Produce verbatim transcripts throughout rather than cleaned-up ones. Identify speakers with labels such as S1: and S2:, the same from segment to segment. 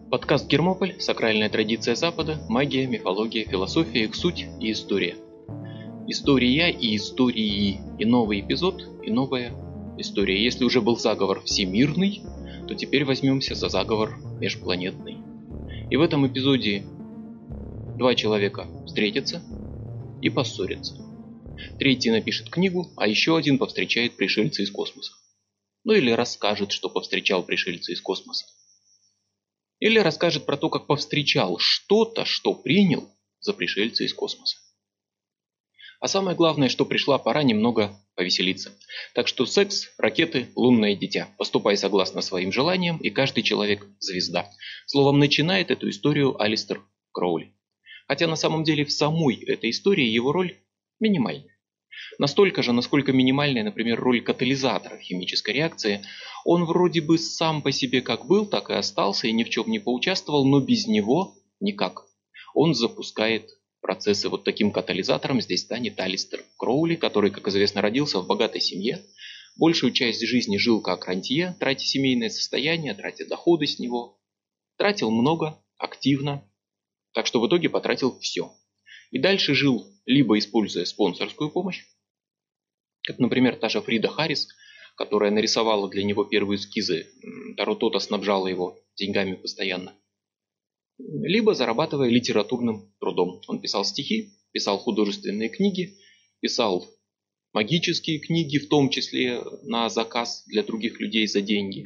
S1: Подкаст «Гермополь. Сакральная традиция Запада. Магия, мифология, философия, их суть и история». История и истории. И новый эпизод, и новая история. Если уже был заговор всемирный, то теперь возьмемся за заговор межпланетный. И в этом эпизоде два человека встретятся и поссорятся. Третий напишет книгу, а еще один повстречает пришельца из космоса. Ну или расскажет, что повстречал пришельца из космоса. Или расскажет про то, как повстречал что-то, что принял за пришельца из космоса. А самое главное, что пришла пора немного повеселиться. Так что секс, ракеты, лунное дитя. Поступай согласно своим желаниям, и каждый человек – звезда. Словом, начинает эту историю Алистер Кроули. Хотя на самом деле в самой этой истории его роль минимальная. Настолько же, насколько минимальная, например, роль катализатора химической реакции. Он вроде бы сам по себе как был, так и остался, и ни в чем не поучаствовал, но без него никак. Он запускает процессы. Вот таким катализатором здесь станет Алистер Кроули, который, как известно, родился в богатой семье. Большую часть жизни жил как рантье, тратя семейное состояние, тратя доходы с него. Тратил много, активно, так что в итоге потратил все. И дальше жил, либо используя спонсорскую помощь, как, например, та же Фрида Харрис, которая нарисовала для него первые эскизы, Таро Тота снабжала его деньгами постоянно, либо зарабатывая литературным трудом. Он писал стихи, писал художественные книги, писал магические книги, в том числе на заказ для других людей за деньги.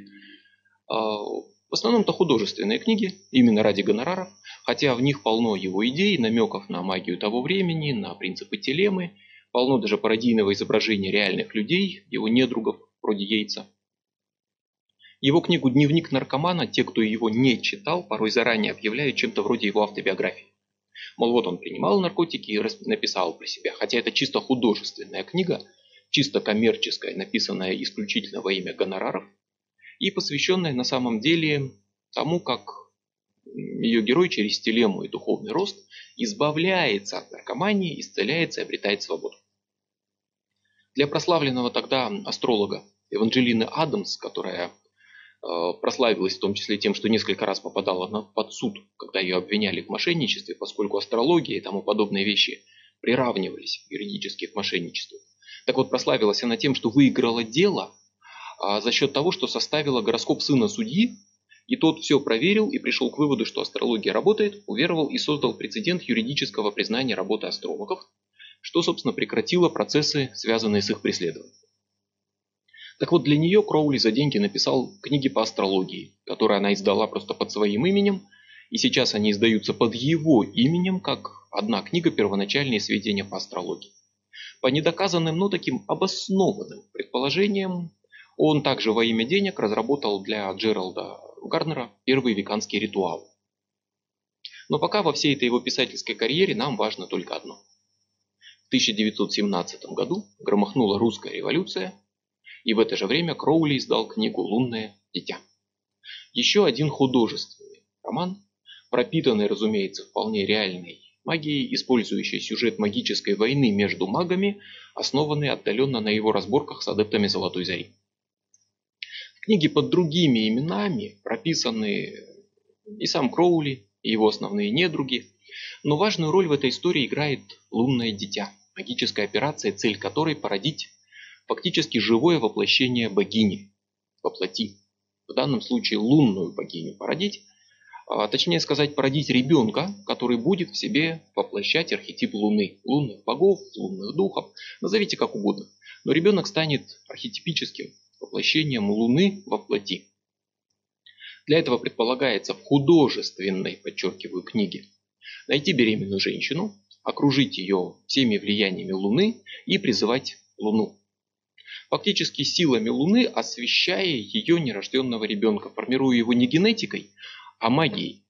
S1: В основном-то художественные книги, именно ради гонораров, хотя в них полно его идей, намеков на магию того времени, на принципы телемы, полно даже пародийного изображения реальных людей, его недругов, вроде Йейтса. Его книгу «Дневник наркомана» те, кто его не читал, порой заранее объявляют чем-то вроде его автобиографии. Мол, вот он принимал наркотики и написал про себя, хотя это чисто художественная книга, чисто коммерческая, написанная исключительно во имя гонораров, и посвященная на самом деле тому, как ее герой через телему и духовный рост избавляется от наркомании, исцеляется и обретает свободу. Для прославленного тогда астролога Эванджелины Адамс, которая э, прославилась в том числе тем, что несколько раз попадала на, под суд, когда ее обвиняли в мошенничестве, поскольку астрология и тому подобные вещи приравнивались юридически к мошенничеству. Так вот, прославилась она тем, что выиграла дело а, за счет того, что составила гороскоп сына судьи, и тот все проверил и пришел к выводу, что астрология работает, уверовал и создал прецедент юридического признания работы астрологов, что, собственно, прекратило процессы, связанные с их преследованием. Так вот, для нее Кроули за деньги написал книги по астрологии, которые она издала просто под своим именем, и сейчас они издаются под его именем, как одна книга «Первоначальные сведения по астрологии». По недоказанным, но таким обоснованным предположениям, он также во имя денег разработал для Джералда Гарнера первый веканский ритуал. Но пока во всей этой его писательской карьере нам важно только одно. В тысяча девятьсот семнадцатом году громыхнула русская революция, и в это же время Кроули издал книгу «Лунное дитя». Еще один художественный роман, пропитанный, разумеется, вполне реальной магией, использующий сюжет магической войны между магами, основанный отдаленно на его разборках с адептами Золотой Зари. В книге под другими именами прописаны и сам Кроули, и его основные недруги, но важную роль в этой истории играет лунное дитя, магическая операция, цель которой породить фактически живое воплощение богини, воплоти. В данном случае лунную богиню породить, а точнее сказать, породить ребенка, который будет в себе воплощать архетип Луны, лунных богов, лунных духов, назовите как угодно. Но ребенок станет архетипическим воплощением Луны во плоти. Для этого предполагается в художественной, подчеркиваю, книге найти беременную женщину, окружить ее всеми влияниями Луны и призывать Луну. Фактически силами Луны освещая ее нерожденного ребенка, формируя его не генетикой, а магией.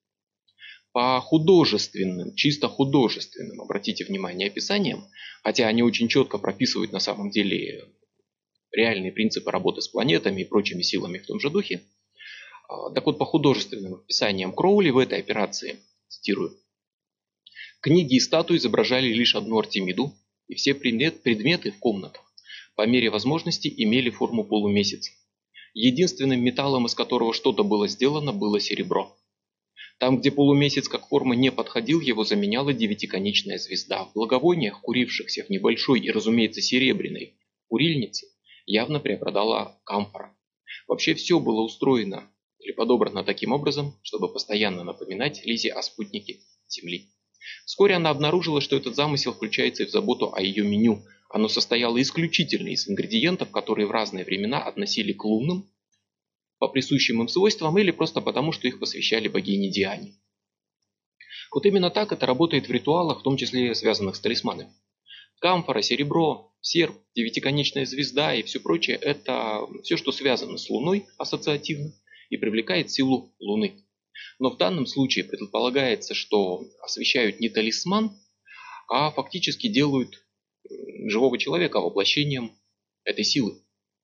S1: По художественным, чисто художественным, обратите внимание, описаниям, хотя они очень четко прописывают на самом деле реальные принципы работы с планетами и прочими силами в том же духе. Так вот, по художественным описаниям Кроули в этой операции, цитирую, книги и статуи изображали лишь одну Артемиду, и все предметы в комнатах по мере возможности имели форму полумесяца. Единственным металлом, из которого что-то было сделано, было серебро. Там, где полумесяц как форма не подходил, его заменяла девятиконечная звезда. В благовониях, курившихся в небольшой и, разумеется, серебряной курильнице, явно преобладала камфора. Вообще все было устроено или подобрано таким образом, чтобы постоянно напоминать Лизе о спутнике Земли. Вскоре она обнаружила, что этот замысел включается и в заботу о ее меню. Оно состояло исключительно из ингредиентов, которые в разные времена относили к лунным, по присущим им свойствам или просто потому, что их посвящали богине Диане. Вот именно так это работает в ритуалах, в том числе связанных с талисманами. Камфора, серебро, серп, девятиконечная звезда и все прочее – это все, что связано с Луной ассоциативно и привлекает силу Луны. Но в данном случае предполагается, что освещают не талисман, а фактически делают живого человека воплощением этой силы.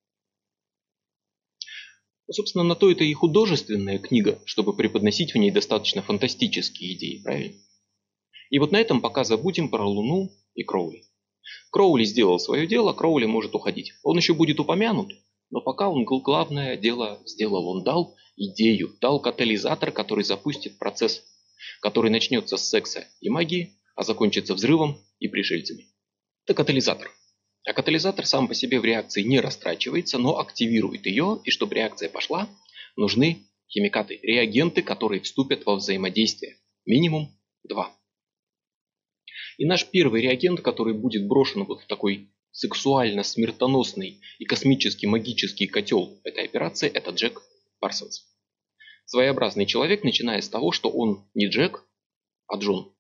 S1: Ну, собственно, на то это и художественная книга, чтобы преподносить в ней достаточно фантастические идеи, правильно? И вот на этом пока забудем про Луну и Кроули. Кроули сделал свое дело, Кроули может уходить. Он еще будет упомянут, но пока он главное дело сделал. Он дал идею, дал катализатор, который запустит процесс, который начнется с секса и магии, а закончится взрывом и пришельцами. Это катализатор. А катализатор сам по себе в реакции не растрачивается, но активирует ее, и чтобы реакция пошла, нужны химикаты, реагенты, которые вступят во взаимодействие. Минимум два. И наш первый реагент, который будет брошен вот в такой сексуально смертоносный и космический магический котел этой операции, это Джек Парсонс. Своеобразный человек, начиная с того, что он не Джек, а Джон.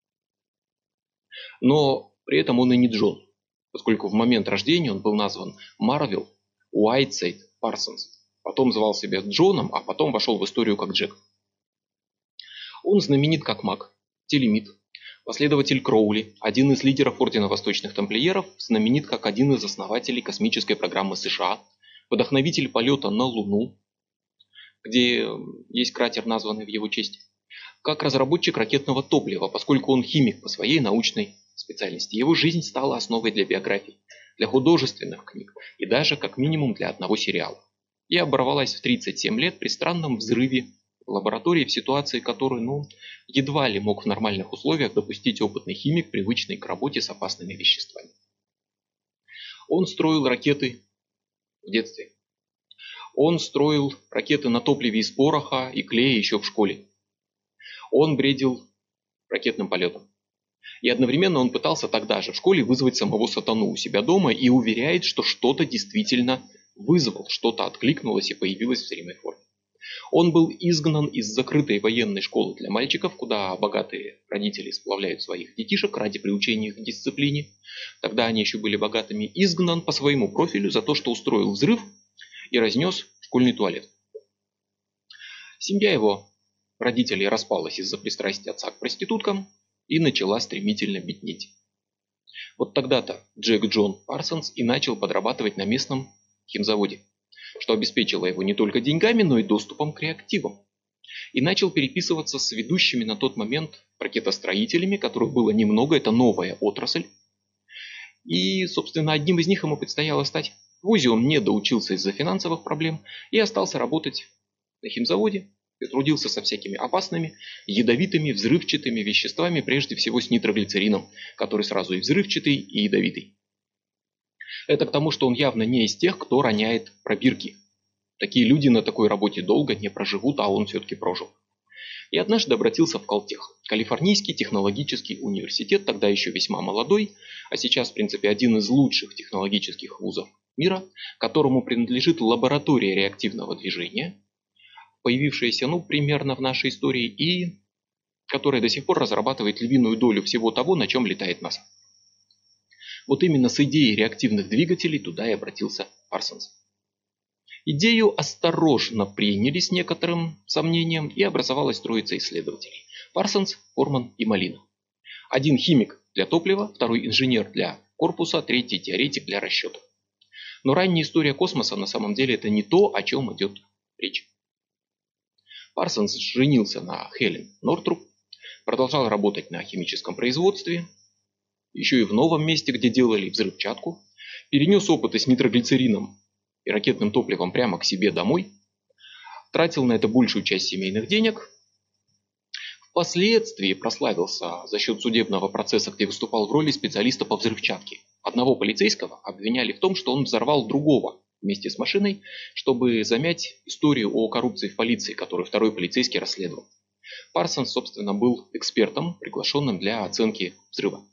S1: Но при этом он и не Джон, поскольку в момент рождения он был назван Марвел Уайтсайд Парсонс. Потом звал себя Джоном, а потом вошел в историю как Джек. Он знаменит как маг, телемит, последователь Кроули, один из лидеров Ордена Восточных Тамплиеров, знаменит как один из основателей космической программы США, вдохновитель полета на Луну, где есть кратер, названный в его честь, как разработчик ракетного топлива, поскольку он химик по своей научной специальности. Его жизнь стала основой для биографий, для художественных книг и даже как минимум для одного сериала. И оборвалась в тридцать семь лет при странном взрыве в лаборатории, в ситуации, которую, ну, едва ли мог в нормальных условиях допустить опытный химик, привычный к работе с опасными веществами. Он строил ракеты в детстве. Он строил ракеты на топливе из пороха и клея еще в школе. Он бредил ракетным полетом. И одновременно он пытался тогда же в школе вызвать самого сатану у себя дома и уверяет, что что-то действительно вызвал, что-то откликнулось и появилось в зримой форме. Он был изгнан из закрытой военной школы для мальчиков, куда богатые родители сплавляют своих детишек ради приучения их к дисциплине. Тогда они еще были богатыми. Изгнан по своему профилю за то, что устроил взрыв и разнес школьный туалет. Семья его родителей распалась из-за пристрастия отца к проституткам и начала стремительно беднеть. Вот тогда-то Джек Джон Парсонс и начал подрабатывать на местном химзаводе, что обеспечило его не только деньгами, но и доступом к реактивам. И начал переписываться с ведущими на тот момент ракетостроителями, которых было немного, это новая отрасль. И, собственно, одним из них ему предстояло стать. В вузе он не доучился из-за финансовых проблем и остался работать на химзаводе и трудился со всякими опасными, ядовитыми, взрывчатыми веществами, прежде всего с нитроглицерином, который сразу и взрывчатый, и ядовитый. Это к тому, что он явно не из тех, кто роняет пробирки. Такие люди на такой работе долго не проживут, а он все-таки прожил. И однажды обратился в Калтех, Калифорнийский технологический университет, тогда еще весьма молодой, а сейчас, в принципе, один из лучших технологических вузов мира, которому принадлежит лаборатория реактивного движения, появившаяся, ну, примерно в нашей истории, и которая до сих пор разрабатывает львиную долю всего того, на чем летает НАСА. Вот именно с идеей реактивных двигателей туда и обратился Парсонс. Идею осторожно приняли с некоторым сомнением, и образовалась троица исследователей. Парсонс, Форман и Малина. Один химик для топлива, второй инженер для корпуса, третий теоретик для расчетов. Но ранняя история космоса на самом деле это не то, о чем идет речь. Парсонс женился на Хелен Нортруп, продолжал работать на химическом производстве, еще и в новом месте, где делали взрывчатку, перенес опыты с нитроглицерином и ракетным топливом прямо к себе домой, тратил на это большую часть семейных денег, Впоследствии прославился за счет судебного процесса, где выступал в роли специалиста по взрывчатке. Одного полицейского обвиняли в том, что он взорвал другого вместе с машиной, чтобы замять историю о коррупции в полиции, которую второй полицейский расследовал. Парсонс, собственно, был экспертом, приглашенным для оценки взрыва.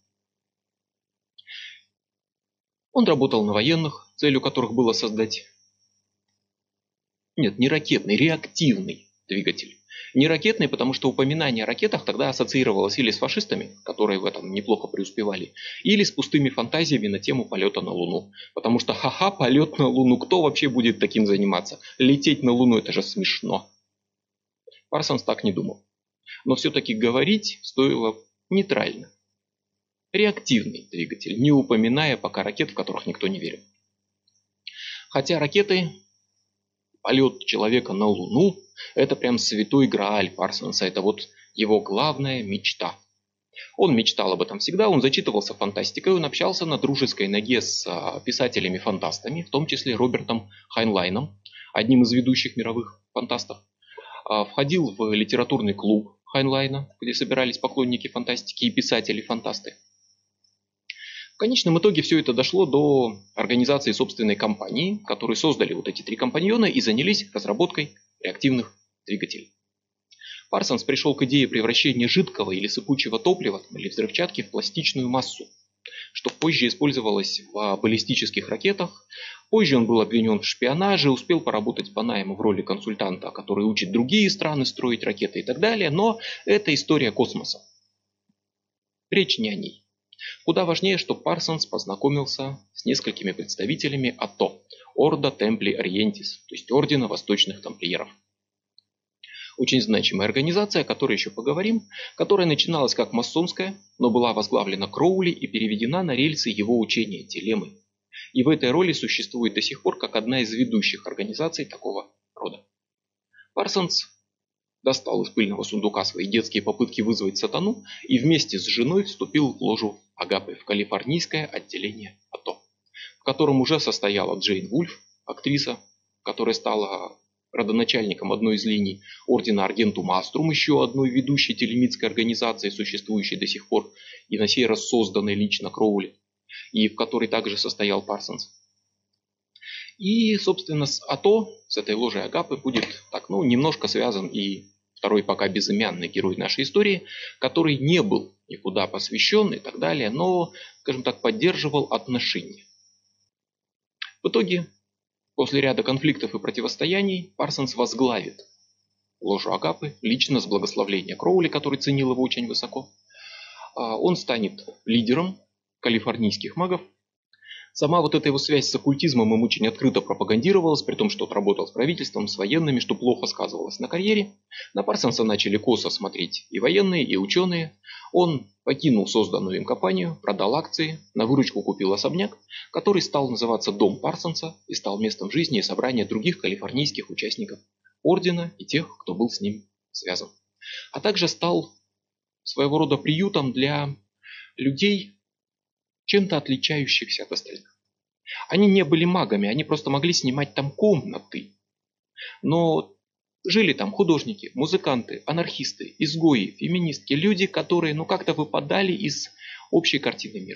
S1: Он работал на военных, целью которых было создать... Нет, не ракетный, реактивный двигатель. Не ракетный, потому что упоминание о ракетах тогда ассоциировалось или с фашистами, которые в этом неплохо преуспевали, или с пустыми фантазиями на тему полета на Луну. Потому что ха-ха, полет на Луну, кто вообще будет таким заниматься? Лететь на Луну, это же смешно. Парсонс так не думал. Но все-таки говорить стоило нейтрально. Реактивный двигатель, не упоминая пока ракет, в которых никто не верил. Хотя ракеты, полет человека на Луну, это прям святой грааль Парсонса, это вот его главная мечта. Он мечтал об этом всегда, он зачитывался фантастикой, он общался на дружеской ноге с писателями-фантастами, в том числе Робертом Хайнлайном, одним из ведущих мировых фантастов. Входил в литературный клуб Хайнлайна, где собирались поклонники фантастики и писатели-фантасты. В конечном итоге все это дошло до организации собственной компании, которые создали вот эти три компаньона и занялись разработкой реактивных двигателей. Парсонс пришел к идее превращения жидкого или сыпучего топлива или взрывчатки в пластичную массу, что позже использовалось в баллистических ракетах. Позже он был обвинен в шпионаже, успел поработать по найму в роли консультанта, который учит другие страны строить ракеты и так далее, но это история космоса. Речь не о ней. Куда важнее, что Парсонс познакомился с несколькими представителями АТО, Ордо Темпли Ориентис, то есть Ордена Восточных Тамплиеров. Очень значимая организация, о которой еще поговорим, которая начиналась как масонская, но была возглавлена Кроули и переведена на рельсы его учения Телемы. И в этой роли существует до сих пор как одна из ведущих организаций такого рода. Парсонс достал из пыльного сундука свои детские попытки вызвать сатану и вместе с женой вступил в ложу Агапы в калифорнийское отделение АТО, в котором уже состояла Джейн Вульф, актриса, которая стала родоначальником одной из линий ордена Аргентум Аструм, еще одной ведущей телемитской организации, существующей до сих пор и на сей раз созданной лично Кроули, и в которой также состоял Парсонс. И, собственно, с АТО, с этой ложей Агапы, будет так, ну, немножко связан и второй пока безымянный герой нашей истории, который не был никуда посвящен и так далее, но, скажем так, поддерживал отношения. В итоге, после ряда конфликтов и противостояний, Парсонс возглавит ложу Агапы, лично с благословления Кроули, который ценил его очень высоко. Он станет лидером калифорнийских магов. Сама вот эта его связь с оккультизмом им очень открыто пропагандировалась, при том, что он работал с правительством, с военными, что плохо сказывалось на карьере. На Парсонса начали косо смотреть и военные, и ученые. Он покинул созданную им компанию, продал акции, на выручку купил особняк, который стал называться Дом Парсонса и стал местом жизни и собрания других калифорнийских участников ордена и тех, кто был с ним связан. А также стал своего рода приютом для людей, чем-то отличающихся от остальных. Они не были магами, они просто могли снимать там комнаты. Но жили там художники, музыканты, анархисты, изгои, феминистки, люди, которые ну как-то выпадали из общей картины мира.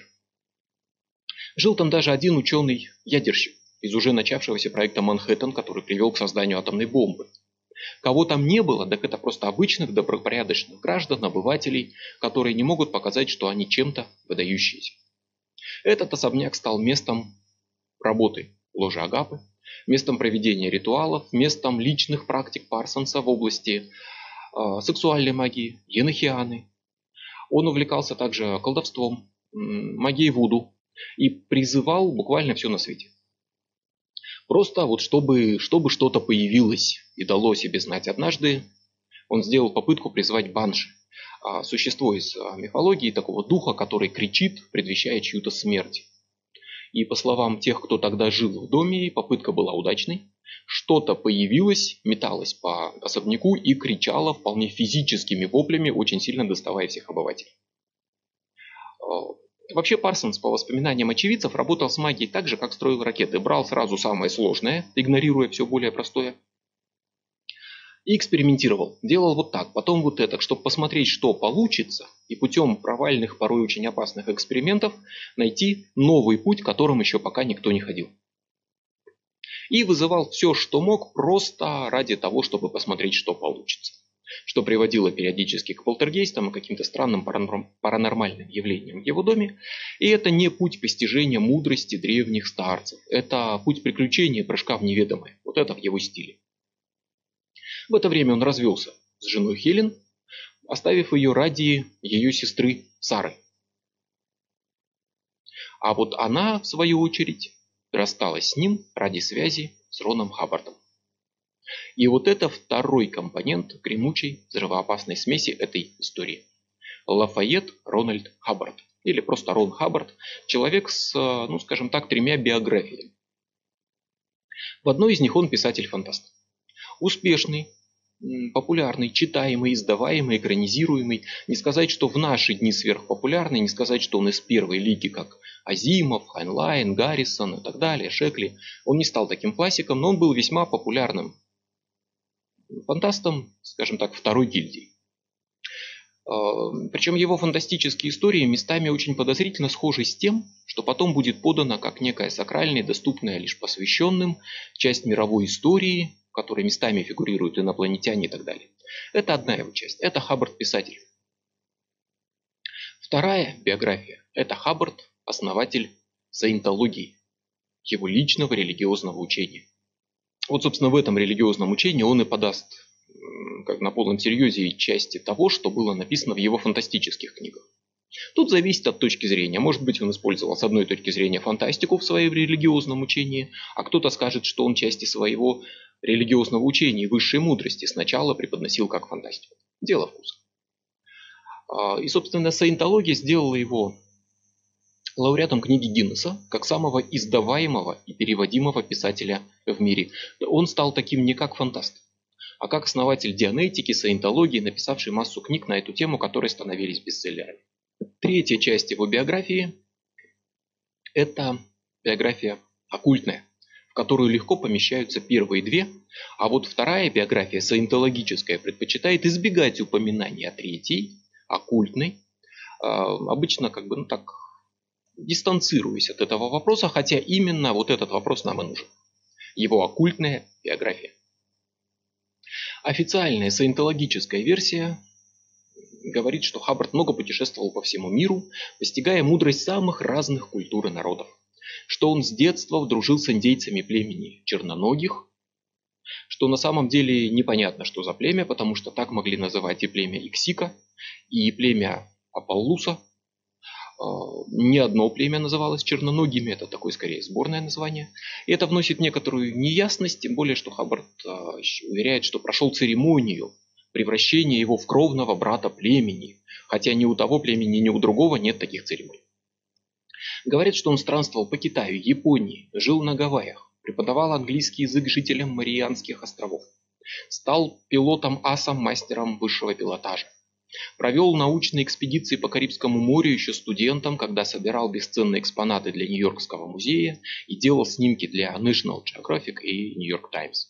S1: Жил там даже один ученый-ядерщик из уже начавшегося проекта Манхэттен, который привел к созданию атомной бомбы. Кого там не было, так это просто обычных добропорядочных граждан, обывателей, которые не могут показать, что они чем-то выдающиеся. Этот особняк стал местом работы ложи Агапы, местом проведения ритуалов, местом личных практик Парсонса в области э, сексуальной магии, енохианы. Он увлекался также колдовством, магией вуду и призывал буквально все на свете. Просто вот чтобы, чтобы что-то появилось и дало себе знать. Однажды он сделал попытку призвать банши. Существо из мифологии, такого духа, который кричит, предвещая чью-то смерть. И по словам тех, кто тогда жил в доме, попытка была удачной. Что-то появилось, металось по особняку и кричало вполне физическими воплями, очень сильно доставая всех обывателей. Вообще Парсонс, по воспоминаниям очевидцев, работал с магией так же, как строил ракеты. Брал сразу самое сложное, игнорируя все более простое. И экспериментировал. Делал вот так, потом вот это, чтобы посмотреть, что получится, и путем провальных, порой очень опасных экспериментов найти новый путь, которым еще пока никто не ходил. И вызывал все, что мог, просто ради того, чтобы посмотреть, что получится. Что приводило периодически к полтергейстам и каким-то странным паранормальным явлениям в его доме. И это не путь постижения мудрости древних старцев. Это путь приключения, прыжка в неведомое. Вот это в его стиле. В это время он развелся с женой Хелен, оставив ее ради ее сестры Сары. А вот она, в свою очередь, рассталась с ним ради связи с Роном Хаббардом. И вот это второй компонент гремучей взрывоопасной смеси этой истории. Лафайет Рональд Хаббард. Или просто Рон Хаббард. Человек с, ну скажем так, тремя биографиями. В одной из них он писатель-фантаст. Успешный, популярный, читаемый, издаваемый, экранизируемый. Не сказать, что в наши дни сверхпопулярный, не сказать, что он из первой лиги, как Азимов, Хайнлайн, Гаррисон и так далее, Шекли. Он не стал таким классиком, но он был весьма популярным фантастом, скажем так, второй гильдии. Причем его фантастические истории местами очень подозрительно схожи с тем, что потом будет подано как некая сакральная, доступная лишь посвященным, часть мировой истории, в которой местами фигурируют инопланетяне и так далее. Это одна его часть. Это Хаббард писатель. Вторая биография. Это Хаббард, основатель саентологии, его личного религиозного учения. Вот, собственно, в этом религиозном учении он и подаст, как на полном серьезе, части того, что было написано в его фантастических книгах. Тут зависит от точки зрения. Может быть, он использовал с одной точки зрения фантастику в своем религиозном учении, а кто-то скажет, что он части своего религиозного учения и высшей мудрости сначала преподносил как фантастику. Дело вкуса. И, собственно, саентология сделала его лауреатом книги Гиннесса, как самого издаваемого и переводимого писателя в мире. Он стал таким не как фантаст, а как основатель дианетики, саентологии, написавший массу книг на эту тему, которые становились бестселлерами. Третья часть его биографии – это биография оккультная, в которую легко помещаются первые две, а вот вторая биография, саентологическая, предпочитает избегать упоминаний о третьей, оккультной, обычно как бы, ну так, дистанцируясь от этого вопроса, хотя именно вот этот вопрос нам и нужен. Его оккультная биография. Официальная саентологическая версия говорит, что Хаббард много путешествовал по всему миру, постигая мудрость самых разных культур и народов. Что он с детства дружил с индейцами племени черноногих, что на самом деле непонятно, что за племя, потому что так могли называть и племя Иксика, и племя Апаллуса. Не одно племя называлось черноногими, это такое скорее сборное название. И это вносит некоторую неясность, тем более, что Хаббард уверяет, что прошел церемонию превращения его в кровного брата племени, хотя ни у того племени, ни у другого нет таких церемоний. Говорят, что он странствовал по Китаю, Японии, жил на Гавайях, преподавал английский язык жителям Марианских островов, стал пилотом-асом, мастером высшего пилотажа. Провел научные экспедиции по Карибскому морю еще студентом, когда собирал бесценные экспонаты для Нью-Йоркского музея и делал снимки для National Geographic и New York Times.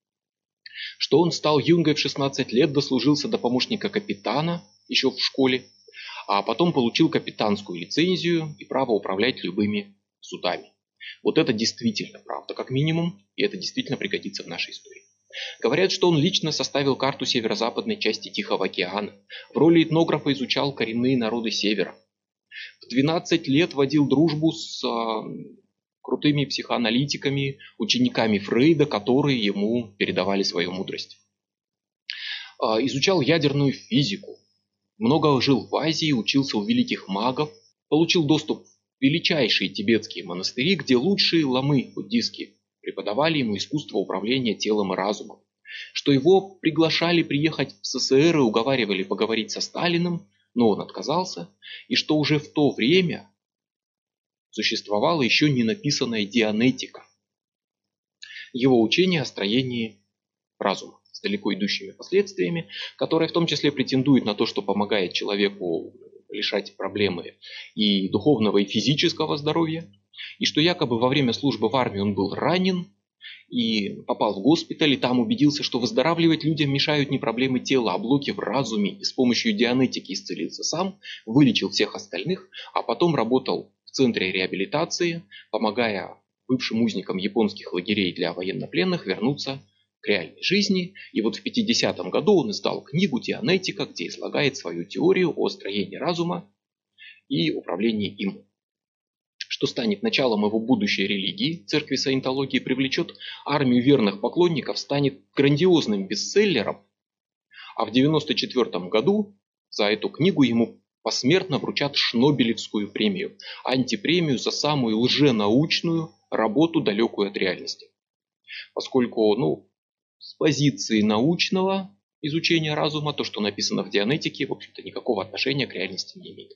S1: Что он стал юнгой в шестнадцать лет, дослужился до помощника капитана еще в школе, а потом получил капитанскую лицензию и право управлять любыми судами. Вот это действительно правда, как минимум, и это действительно пригодится в нашей истории. Говорят, что он лично составил карту северо-западной части Тихого океана. В роли этнографа изучал коренные народы Севера. В двенадцать лет водил дружбу с э, крутыми психоаналитиками, учениками Фрейда, которые ему передавали свою мудрость. Э, изучал ядерную физику. Много жил в Азии, учился у великих магов. Получил доступ в величайшие тибетские монастыри, где лучшие ламы буддистские преподавали ему искусство управления телом и разумом, что его приглашали приехать в СССР и уговаривали поговорить со Сталиным, но он отказался, и что уже в то время существовала еще не написанная дианетика, его учение о строении разума с далеко идущими последствиями, которое в том числе претендует на то, что помогает человеку решать проблемы и духовного, и физического здоровья, и что якобы во время службы в армии он был ранен, и попал в госпиталь, и там убедился, что выздоравливать людям мешают не проблемы тела, а блоки в разуме, и с помощью дианетики исцелился сам, вылечил всех остальных, а потом работал в центре реабилитации, помогая бывшим узникам японских лагерей для военнопленных вернуться к реальной жизни. И вот в пятидесятом году он издал книгу «Дианетика», где излагает свою теорию о строении разума и управлении им, что станет началом его будущей религии, церкви саентологии, привлечет армию верных поклонников, станет грандиозным бестселлером, а в девяносто четвёртом году за эту книгу ему посмертно вручат Шнобелевскую премию, антипремию за самую лженаучную работу, далекую от реальности. Поскольку, ну, с позиции научного изучения разума, то, что написано в Дианетике, в общем-то, никакого отношения к реальности не имеет.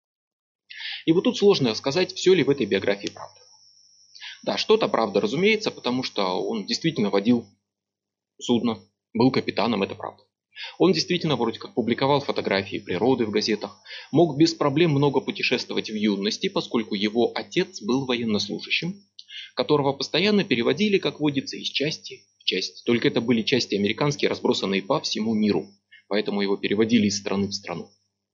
S1: И вот тут сложно сказать, все ли в этой биографии правда. Да, что-то правда, разумеется, потому что он действительно водил судно, был капитаном, это правда. Он действительно вроде как публиковал фотографии природы в газетах, мог без проблем много путешествовать в юности, поскольку его отец был военнослужащим, которого постоянно переводили, как водится, из части в часть. Только это были части американские, разбросанные по всему миру, поэтому его переводили из страны в страну.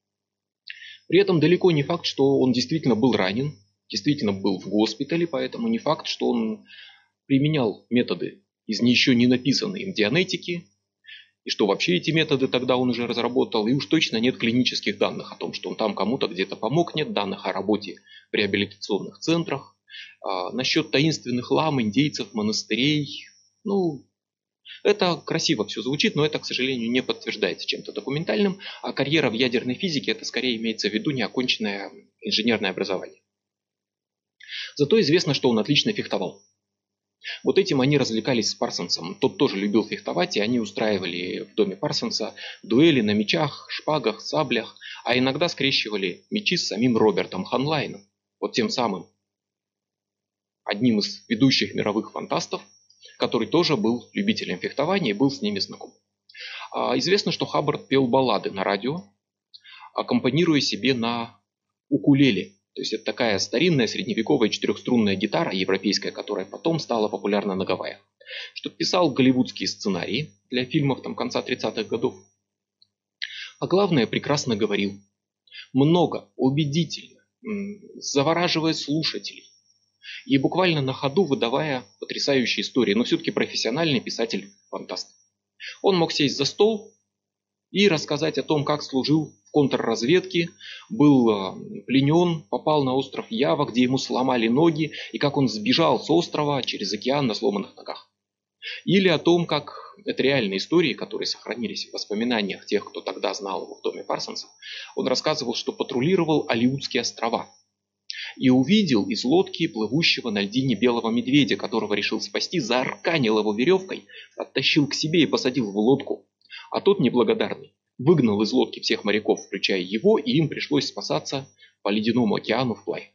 S1: При этом далеко не факт, что он действительно был ранен, действительно был в госпитале, поэтому не факт, что он применял методы из еще не написанной им дианетики, и что вообще эти методы тогда он уже разработал, и уж точно нет клинических данных о том, что он там кому-то где-то помог, нет данных о работе в реабилитационных центрах. А насчет таинственных лам, индейцев, монастырей, ну, это красиво все звучит, но это, к сожалению, не подтверждается чем-то документальным, а карьера в ядерной физике — это скорее имеется в виду неоконченное инженерное образование. Зато известно, что он отлично фехтовал. Вот этим они развлекались с Парсонсом. Тот тоже любил фехтовать, и они устраивали в доме Парсонса дуэли на мечах, шпагах, саблях, а иногда скрещивали мечи с самим Робертом Ханлайном, вот тем самым одним из ведущих мировых фантастов, который тоже был любителем фехтования и был с ними знаком. А известно, что Хаббард пел баллады на радио, аккомпанируя себе на укулеле. То есть это такая старинная средневековая четырехструнная гитара европейская, которая потом стала популярна на Гавайях. Что писал голливудские сценарии для фильмов там, конца тридцатых годов. А главное, прекрасно говорил. Много, убедительно, завораживая слушателей. И буквально на ходу выдавая потрясающие истории, но все-таки профессиональный писатель-фантаст. Он мог сесть за стол и рассказать о том, как служил в контрразведке, был пленен, попал на остров Ява, где ему сломали ноги, и как он сбежал с острова через океан на сломанных ногах. Или о том, как это реальные истории, которые сохранились в воспоминаниях тех, кто тогда знал его в доме Парсонса. Он рассказывал, что патрулировал Алиутские острова и увидел из лодки плывущего на льдине белого медведя, которого решил спасти, заарканил его веревкой, оттащил к себе и посадил в лодку. А тот, неблагодарный, выгнал из лодки всех моряков, включая его, и им пришлось спасаться по ледяному океану вплавь.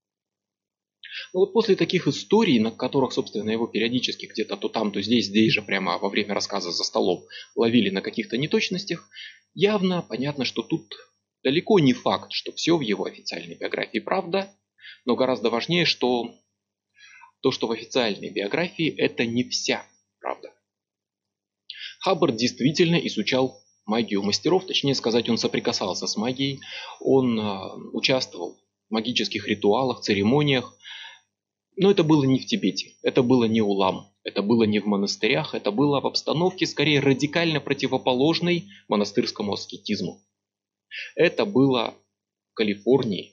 S1: Но вот после таких историй, на которых, собственно, его периодически где-то то там, то здесь, здесь же прямо во время рассказа за столом ловили на каких-то неточностях, явно понятно, что тут далеко не факт, что все в его официальной биографии правда, но гораздо важнее, что то, что в официальной биографии, это не вся правда. Хаббард действительно изучал магию мастеров, точнее сказать, он соприкасался с магией, он э, участвовал в магических ритуалах, церемониях, но это было не в Тибете, это было не у лам, это было не в монастырях, это было в обстановке скорее радикально противоположной монастырскому аскетизму. Это было в Калифорнии.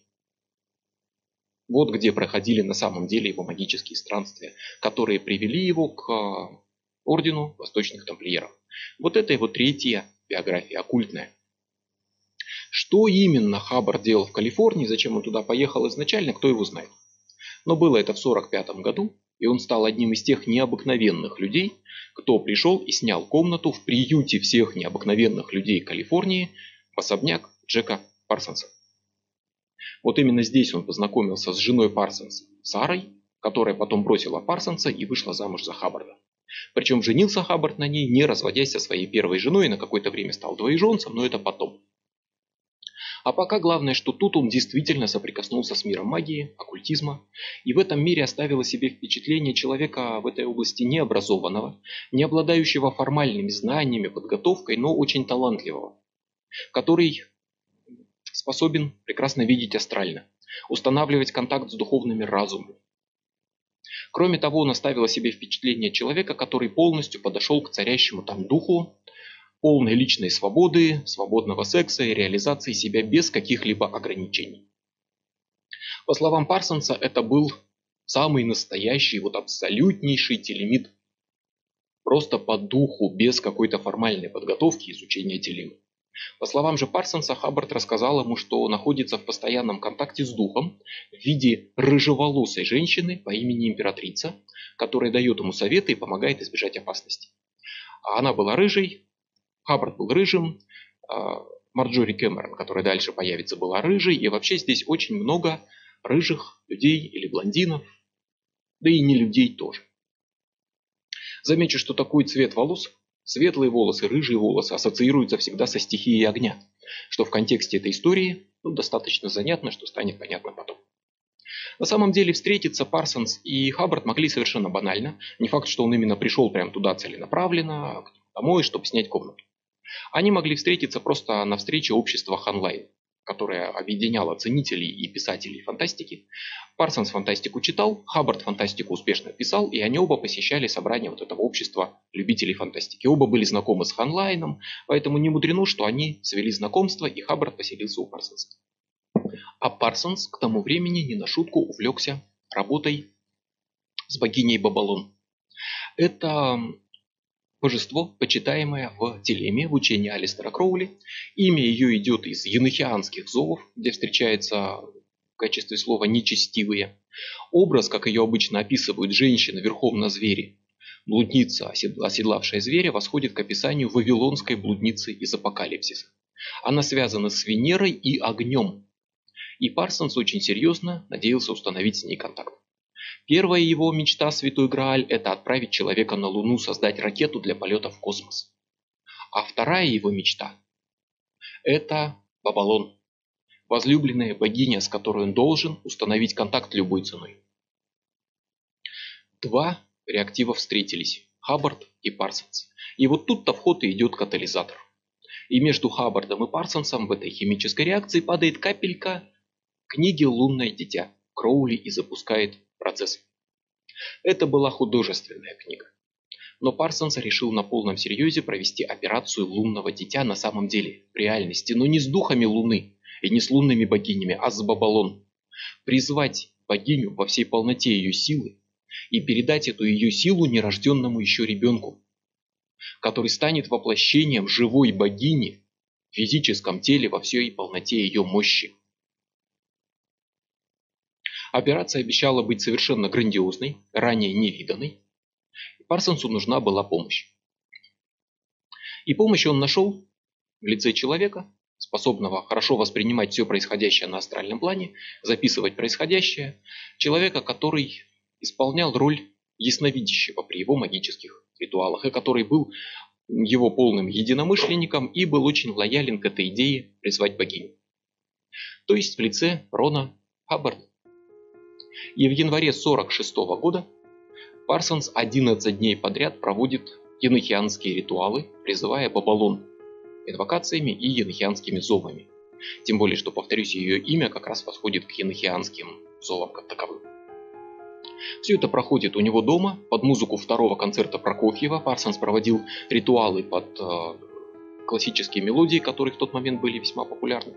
S1: Вот где проходили на самом деле его магические странствия, которые привели его к ордену восточных тамплиеров. Вот это его третья биография, оккультная. Что именно Хаббард делал в Калифорнии, зачем он туда поехал изначально, кто его знает. Но было это в сорок пятом году, и он стал одним из тех необыкновенных людей, кто пришел и снял комнату в приюте всех необыкновенных людей Калифорнии в особняк Джека Парсонса. Вот именно здесь он познакомился с женой Парсонса, Сарой, которая потом бросила Парсонса и вышла замуж за Хаббарда. Причем женился Хаббард на ней, не разводясь со своей первой женой, и на какое-то время стал двоеженцем, но это потом. А пока главное, что тут он действительно соприкоснулся с миром магии, оккультизма, и в этом мире оставил о себе впечатление человека в этой области необразованного, не обладающего формальными знаниями, подготовкой, но очень талантливого, который способен прекрасно видеть астрально, устанавливать контакт с духовными разумами. Кроме того, он оставил о себе впечатление человека, который полностью подошел к царящему там духу, полной личной свободы, свободного секса и реализации себя без каких-либо ограничений. По словам Парсонса, это был самый настоящий, вот абсолютнейший телемит. Просто по духу, без какой-то формальной подготовки и изучения телемы. По словам же Парсонса, Хаббард рассказал ему, что находится в постоянном контакте с духом в виде рыжеволосой женщины по имени Императрица, которая дает ему советы и помогает избежать опасности. А она была рыжей, Хаббард был рыжим, Марджори Кэмерон, которая дальше появится, была рыжей, и вообще здесь очень много рыжих людей или блондинов, да и не людей тоже. Замечу, что такой цвет волос, светлые волосы, рыжие волосы, ассоциируются всегда со стихией огня, что в контексте этой истории ну, достаточно занятно, что станет понятно потом. На самом деле встретиться Парсонс и Хаббард могли совершенно банально. Не факт, что он именно пришел прямо туда целенаправленно, домой, чтобы снять комнату. Они могли встретиться просто на встрече общества Ханлайн, которое объединяло ценителей и писателей фантастики. Парсонс фантастику читал, Хаббард фантастику успешно писал, и они оба посещали собрание вот этого общества любителей фантастики. Оба были знакомы с Ханлайном, поэтому не мудрено, что они свели знакомство, и Хаббард поселился у Парсонса. А Парсонс к тому времени не на шутку увлекся работой с богиней Бабалон. Это божество, почитаемое в Телеме, в учении Алистера Кроули. Имя ее идет из енохианских зовов, где встречается в качестве слова «нечестивые». Образ, как ее обычно описывают, женщина верхом на звере, блудница, оседлавшая зверя, восходит к описанию вавилонской блудницы из Апокалипсиса. Она связана с Венерой и огнем. И Парсонс очень серьезно надеялся установить с ней контакт. Первая его мечта, Святой Грааль, это отправить человека на Луну, создать ракету для полета в космос. А вторая его мечта – это Бабалон, возлюбленная богиня, с которой он должен установить контакт любой ценой. Два реактива встретились – Хаббард и Парсонс. И вот тут-то в ход и идет катализатор. И между Хаббардом и Парсонсом в этой химической реакции падает капелька книги «Лунное дитя». Кроули и запускает процесс. Это была художественная книга. Но Парсонс решил на полном серьезе провести операцию лунного дитя на самом деле, в реальности, но не с духами Луны и не с лунными богинями, а с Бабалон. Призвать богиню во всей полноте ее силы и передать эту ее силу нерожденному еще ребенку, который станет воплощением живой богини в физическом теле во всей полноте ее мощи. Операция обещала быть совершенно грандиозной, ранее невиданной. Парсонсу нужна была помощь. И помощь он нашел в лице человека, способного хорошо воспринимать все происходящее на астральном плане, записывать происходящее, человека, который исполнял роль ясновидящего при его магических ритуалах, и который был его полным единомышленником и был очень лоялен к этой идее призвать богиню. То есть в лице Рона Хаббарда. И в январе сорок шестого года Парсонс одиннадцать дней подряд проводит енохианские ритуалы, призывая Бабалон инвокациями и енохианскими зовами. Тем более, что, повторюсь, ее имя как раз восходит к енохианским зовам как таковым. Все это проходит у него дома, под музыку второго концерта Прокофьева. Парсонс проводил ритуалы под э, классические мелодии, которые в тот момент были весьма популярны.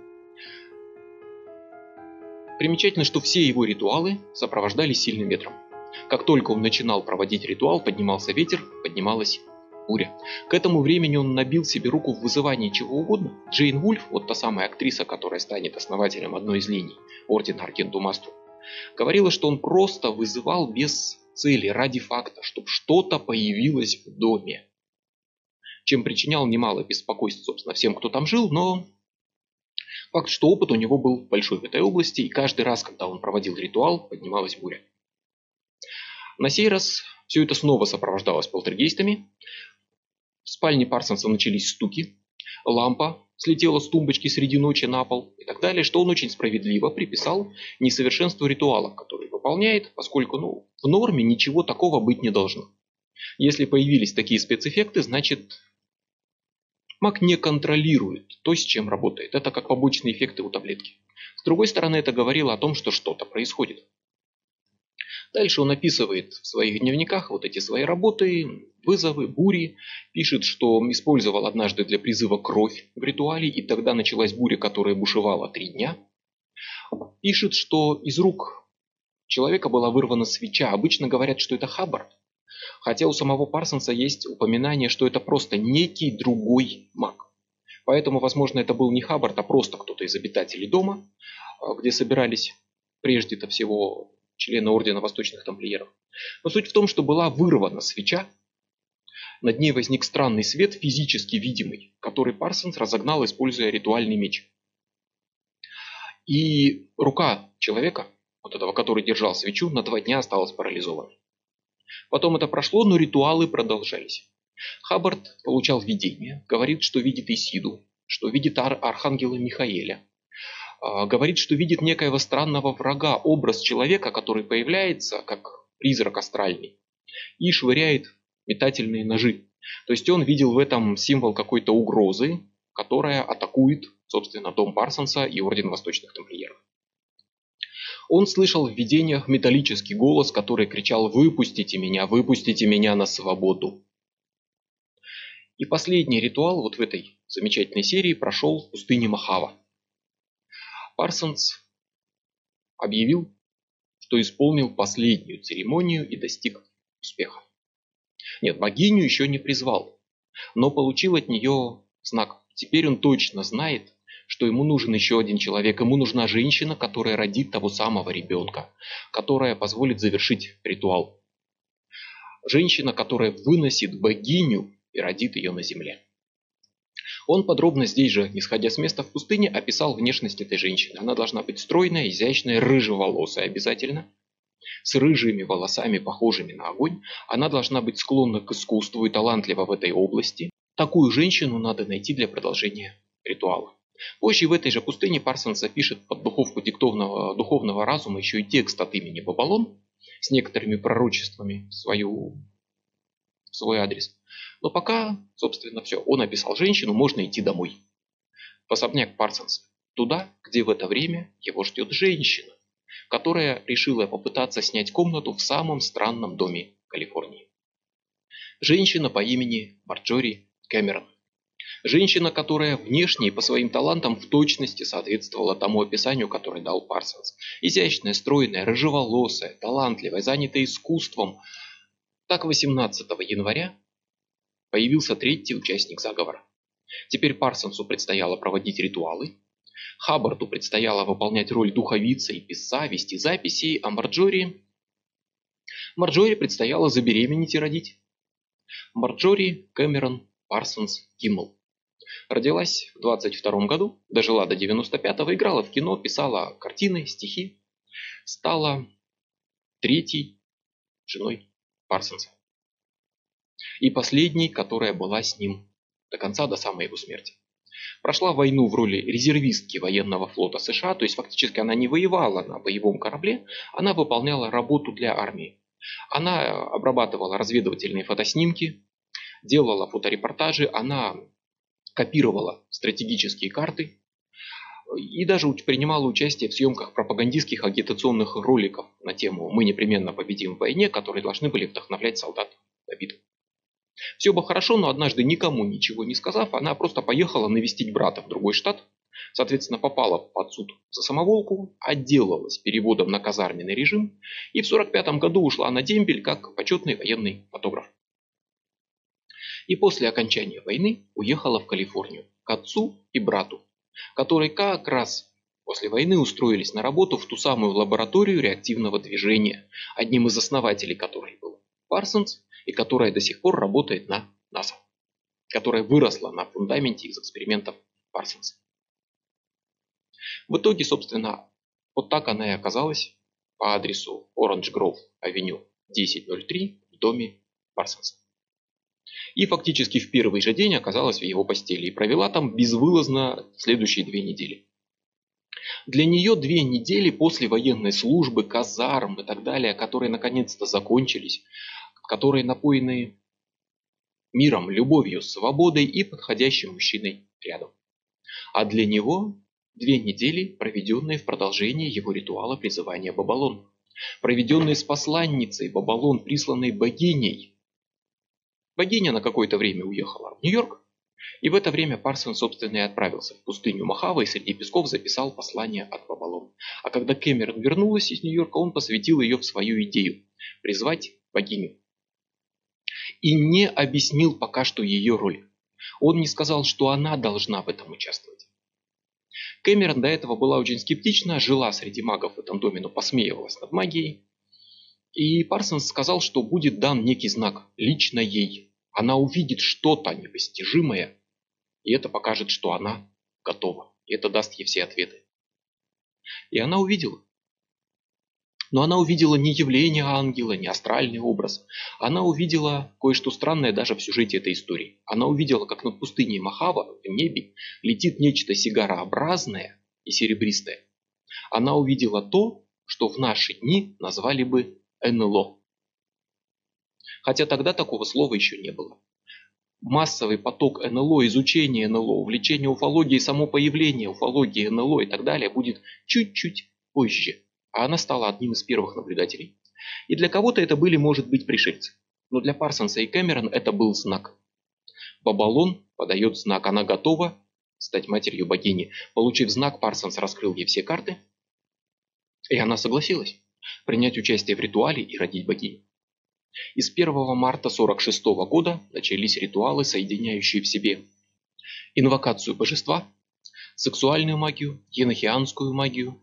S1: Примечательно, что все его ритуалы сопровождались сильным ветром. Как только он начинал проводить ритуал, поднимался ветер, поднималась буря. К этому времени он набил себе руку в вызывании чего угодно. Джейн Вульф, вот та самая актриса, которая станет основателем одной из линий Ордена Аркентумасту, говорила, что он просто вызывал без цели, ради факта, чтобы что-то появилось в доме. Чем причинял немало беспокойств, собственно, всем, кто там жил, но факт, что опыт у него был большой в этой области, и каждый раз, когда он проводил ритуал, поднималась буря. На сей раз все это снова сопровождалось полтергейстами. В спальне Парсонса начались стуки. Лампа слетела с тумбочки среди ночи на пол и так далее, что он очень справедливо приписал несовершенству ритуала, который выполняет, поскольку ну, в норме ничего такого быть не должно. Если появились такие спецэффекты, значит маг не контролирует то, с чем работает. Это как побочные эффекты у таблетки. С другой стороны, это говорило о том, что что-то происходит. Дальше он описывает в своих дневниках вот эти свои работы, вызовы, бури. Пишет, что использовал однажды для призыва кровь в ритуале, и тогда началась буря, которая бушевала три дня. Пишет, что из рук человека была вырвана свеча. Обычно говорят, что это Хаббард. Хотя у самого Парсонса есть упоминание, что это просто некий другой маг. Поэтому, возможно, это был не Хаббард, а просто кто-то из обитателей дома, где собирались прежде-то всего члены Ордена Восточных Тамплиеров. Но суть в том, что была вырвана свеча, над ней возник странный свет, физически видимый, который Парсонс разогнал, используя ритуальный меч. И рука человека, вот этого, который держал свечу, на два дня осталась парализованной. Потом это прошло, но ритуалы продолжались. Хаббард получал видение, говорит, что видит Исиду, что видит ар- архангела Михаэля. Говорит, что видит некоего странного врага, образ человека, который появляется как призрак астральный и швыряет метательные ножи. То есть он видел в этом символ какой-то угрозы, которая атакует, собственно, дом Парсонса и Орден Восточных Тамплиеров. Он слышал в видениях металлический голос, который кричал: «Выпустите меня, выпустите меня на свободу». И последний ритуал вот в этой замечательной серии прошел в пустыне Мохава. Парсонс объявил, что исполнил последнюю церемонию и достиг успеха. Нет, богиню еще не призвал, но получил от нее знак. Теперь он точно знает, что ему нужен еще один человек. Ему нужна женщина, которая родит того самого ребенка, которая позволит завершить ритуал. Женщина, которая выносит богиню и родит ее на земле. Он подробно здесь же, исходя с места в пустыне, описал внешность этой женщины. Она должна быть стройная, изящная, рыжеволосая обязательно, с рыжими волосами, похожими на огонь. Она должна быть склонна к искусству и талантлива в этой области. Такую женщину надо найти для продолжения ритуала. Позже в этой же пустыне Парсонс запишет под духовку диктовного, духовного разума еще и текст от имени Бабалон с некоторыми пророчествами в, свою, в свой адрес. Но пока, собственно, все. Он описал женщину, можно идти домой. В особняк Парсонса. Туда, где в это время его ждет женщина, которая решила попытаться снять комнату в самом странном доме Калифорнии. Женщина по имени Марджори Кэмерон. Женщина, которая внешне и по своим талантам в точности соответствовала тому описанию, которое дал Парсонс. Изящная, стройная, рыжеволосая, талантливая, занятая искусством. Так восемнадцатого января появился третий участник заговора. Теперь Парсонсу предстояло проводить ритуалы, Хаббарду предстояло выполнять роль духовицы и писца, вести записи, а Марджори... Марджори предстояло забеременеть и родить. Марджори Кэмерон Парсонс Киммел. Родилась в двадцать втором году, дожила до девяносто пятого, играла в кино, писала картины, стихи. Стала третьей женой Парсонса. И последней, которая была с ним до конца, до самой его смерти. Прошла войну в роли резервистки военного флота США, то есть фактически она не воевала на боевом корабле, она выполняла работу для армии. Она обрабатывала разведывательные фотоснимки, делала фоторепортажи, она копировала стратегические карты и даже принимала участие в съемках пропагандистских агитационных роликов на тему «Мы непременно победим в войне», которые должны были вдохновлять солдат на битву. Все бы хорошо, но однажды, никому ничего не сказав, она просто поехала навестить брата в другой штат, соответственно, попала под суд за самоволку, отделалась переводом на казарменный режим и в сорок пятом году ушла на дембель как почетный военный фотограф. И после окончания войны уехала в Калифорнию к отцу и брату, которые как раз после войны устроились на работу в ту самую лабораторию реактивного движения, одним из основателей которой был Парсонс, и которая до сих пор работает на НАСА, которая выросла на фундаменте из экспериментов Парсонса. В итоге, собственно, вот так она и оказалась по адресу Оранж Гроув Авеню десять ноль три в доме Парсонса. И фактически в первый же день оказалась в его постели и провела там безвылазно следующие две недели. Для нее две недели после военной службы, казарм и так далее, которые наконец-то закончились, которые напоены миром, любовью, свободой и подходящим мужчиной рядом. А для него две недели, проведенные в продолжении его ритуала призывания Бабалон, проведенные с посланницей Бабалон, присланной богиней. Богиня на какое-то время уехала в Нью-Йорк, и в это время Парсон, собственно, и отправился в пустыню Мохаве и среди песков записал послание от Бабалон. А когда Кэмерон вернулась из Нью-Йорка, он посвятил ее в свою идею – призвать богиню. И не объяснил пока что ее роль. Он не сказал, что она должна в этом участвовать. Кэмерон до этого была очень скептична, жила среди магов в этом доме, но посмеивалась над магией. И Парсонс сказал, что будет дан некий знак лично ей. Она увидит что-то непостижимое, и это покажет, что она готова. И это даст ей все ответы. И она увидела. Но она увидела не явление ангела, не астральный образ. Она увидела кое-что странное даже в сюжете этой истории. Она увидела, как над пустыней Мохаве в небе летит нечто сигарообразное и серебристое. Она увидела то, что в наши дни назвали бы эн эл о. Хотя тогда такого слова еще не было. Массовый поток эн эл о, изучение эн эл о, увлечение уфологией, само появление уфологии, эн эл о и так далее будет чуть-чуть позже. А она стала одним из первых наблюдателей. И для кого-то это были, может быть, пришельцы. Но для Парсонса и Кэмерон это был знак. Бабалон подает знак, она готова стать матерью богини. Получив знак, Парсонс раскрыл ей все карты. И она согласилась принять участие в ритуале и родить богиню. И с первого марта сорок шестого года начались ритуалы, соединяющие в себе инвокацию божества, сексуальную магию, енохианскую магию.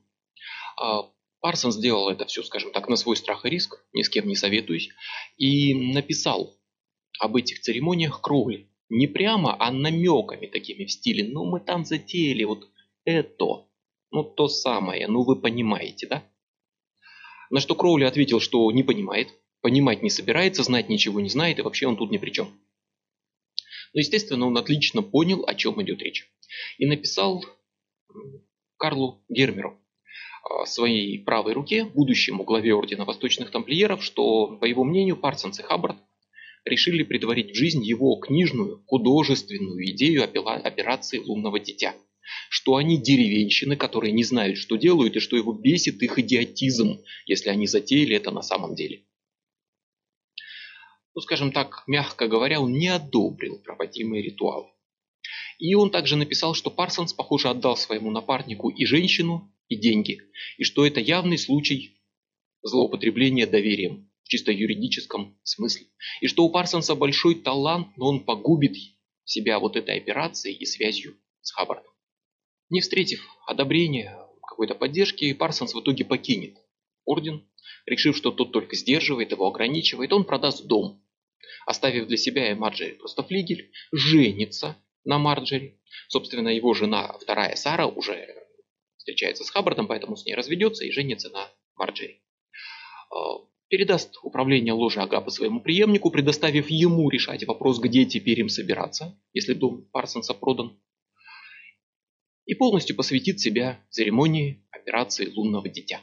S1: Парсон сделал это все, скажем так, на свой страх и риск, ни с кем не советуюсь, и написал об этих церемониях Кроули. Не прямо, а намеками такими в стиле, ну мы там затеяли вот это, ну то самое, ну вы понимаете, да? На что Кроули ответил, что не понимает, понимать не собирается, знать ничего не знает, и вообще он тут ни при чем. Но, естественно, он отлично понял, о чем идет речь. И написал Карлу Гермеру, своей правой руке, будущему главе Ордена Восточных Тамплиеров, что, по его мнению, Парсонс и Хаббард решили претворить в жизнь его книжную, художественную идею операции «Лунного дитя». Что они деревенщины, которые не знают, что делают, и что его бесит их идиотизм, если они затеяли это на самом деле. Ну, скажем так, мягко говоря, он не одобрил проводимые ритуалы. И он также написал, что Парсонс, похоже, отдал своему напарнику и женщину, и деньги, и что это явный случай злоупотребления доверием в чисто юридическом смысле, и что у Парсонса большой талант, но он погубит себя вот этой операцией и связью с Хаббардом. Не встретив одобрения, какой-то поддержки, Парсонс в итоге покинет орден, решив, что тот только сдерживает его, ограничивает, он продаст дом, оставив для себя и Марджери просто флигель, женится на Марджери. Собственно, его жена, вторая Сара, уже встречается с Хаббардом, поэтому с ней разведется и женится на Марджери. Передаст управление ложи Агапы своему преемнику, предоставив ему решать вопрос, где теперь им собираться, если дом Парсонса продан. И полностью посвятит себя церемонии операции «Лунного дитя».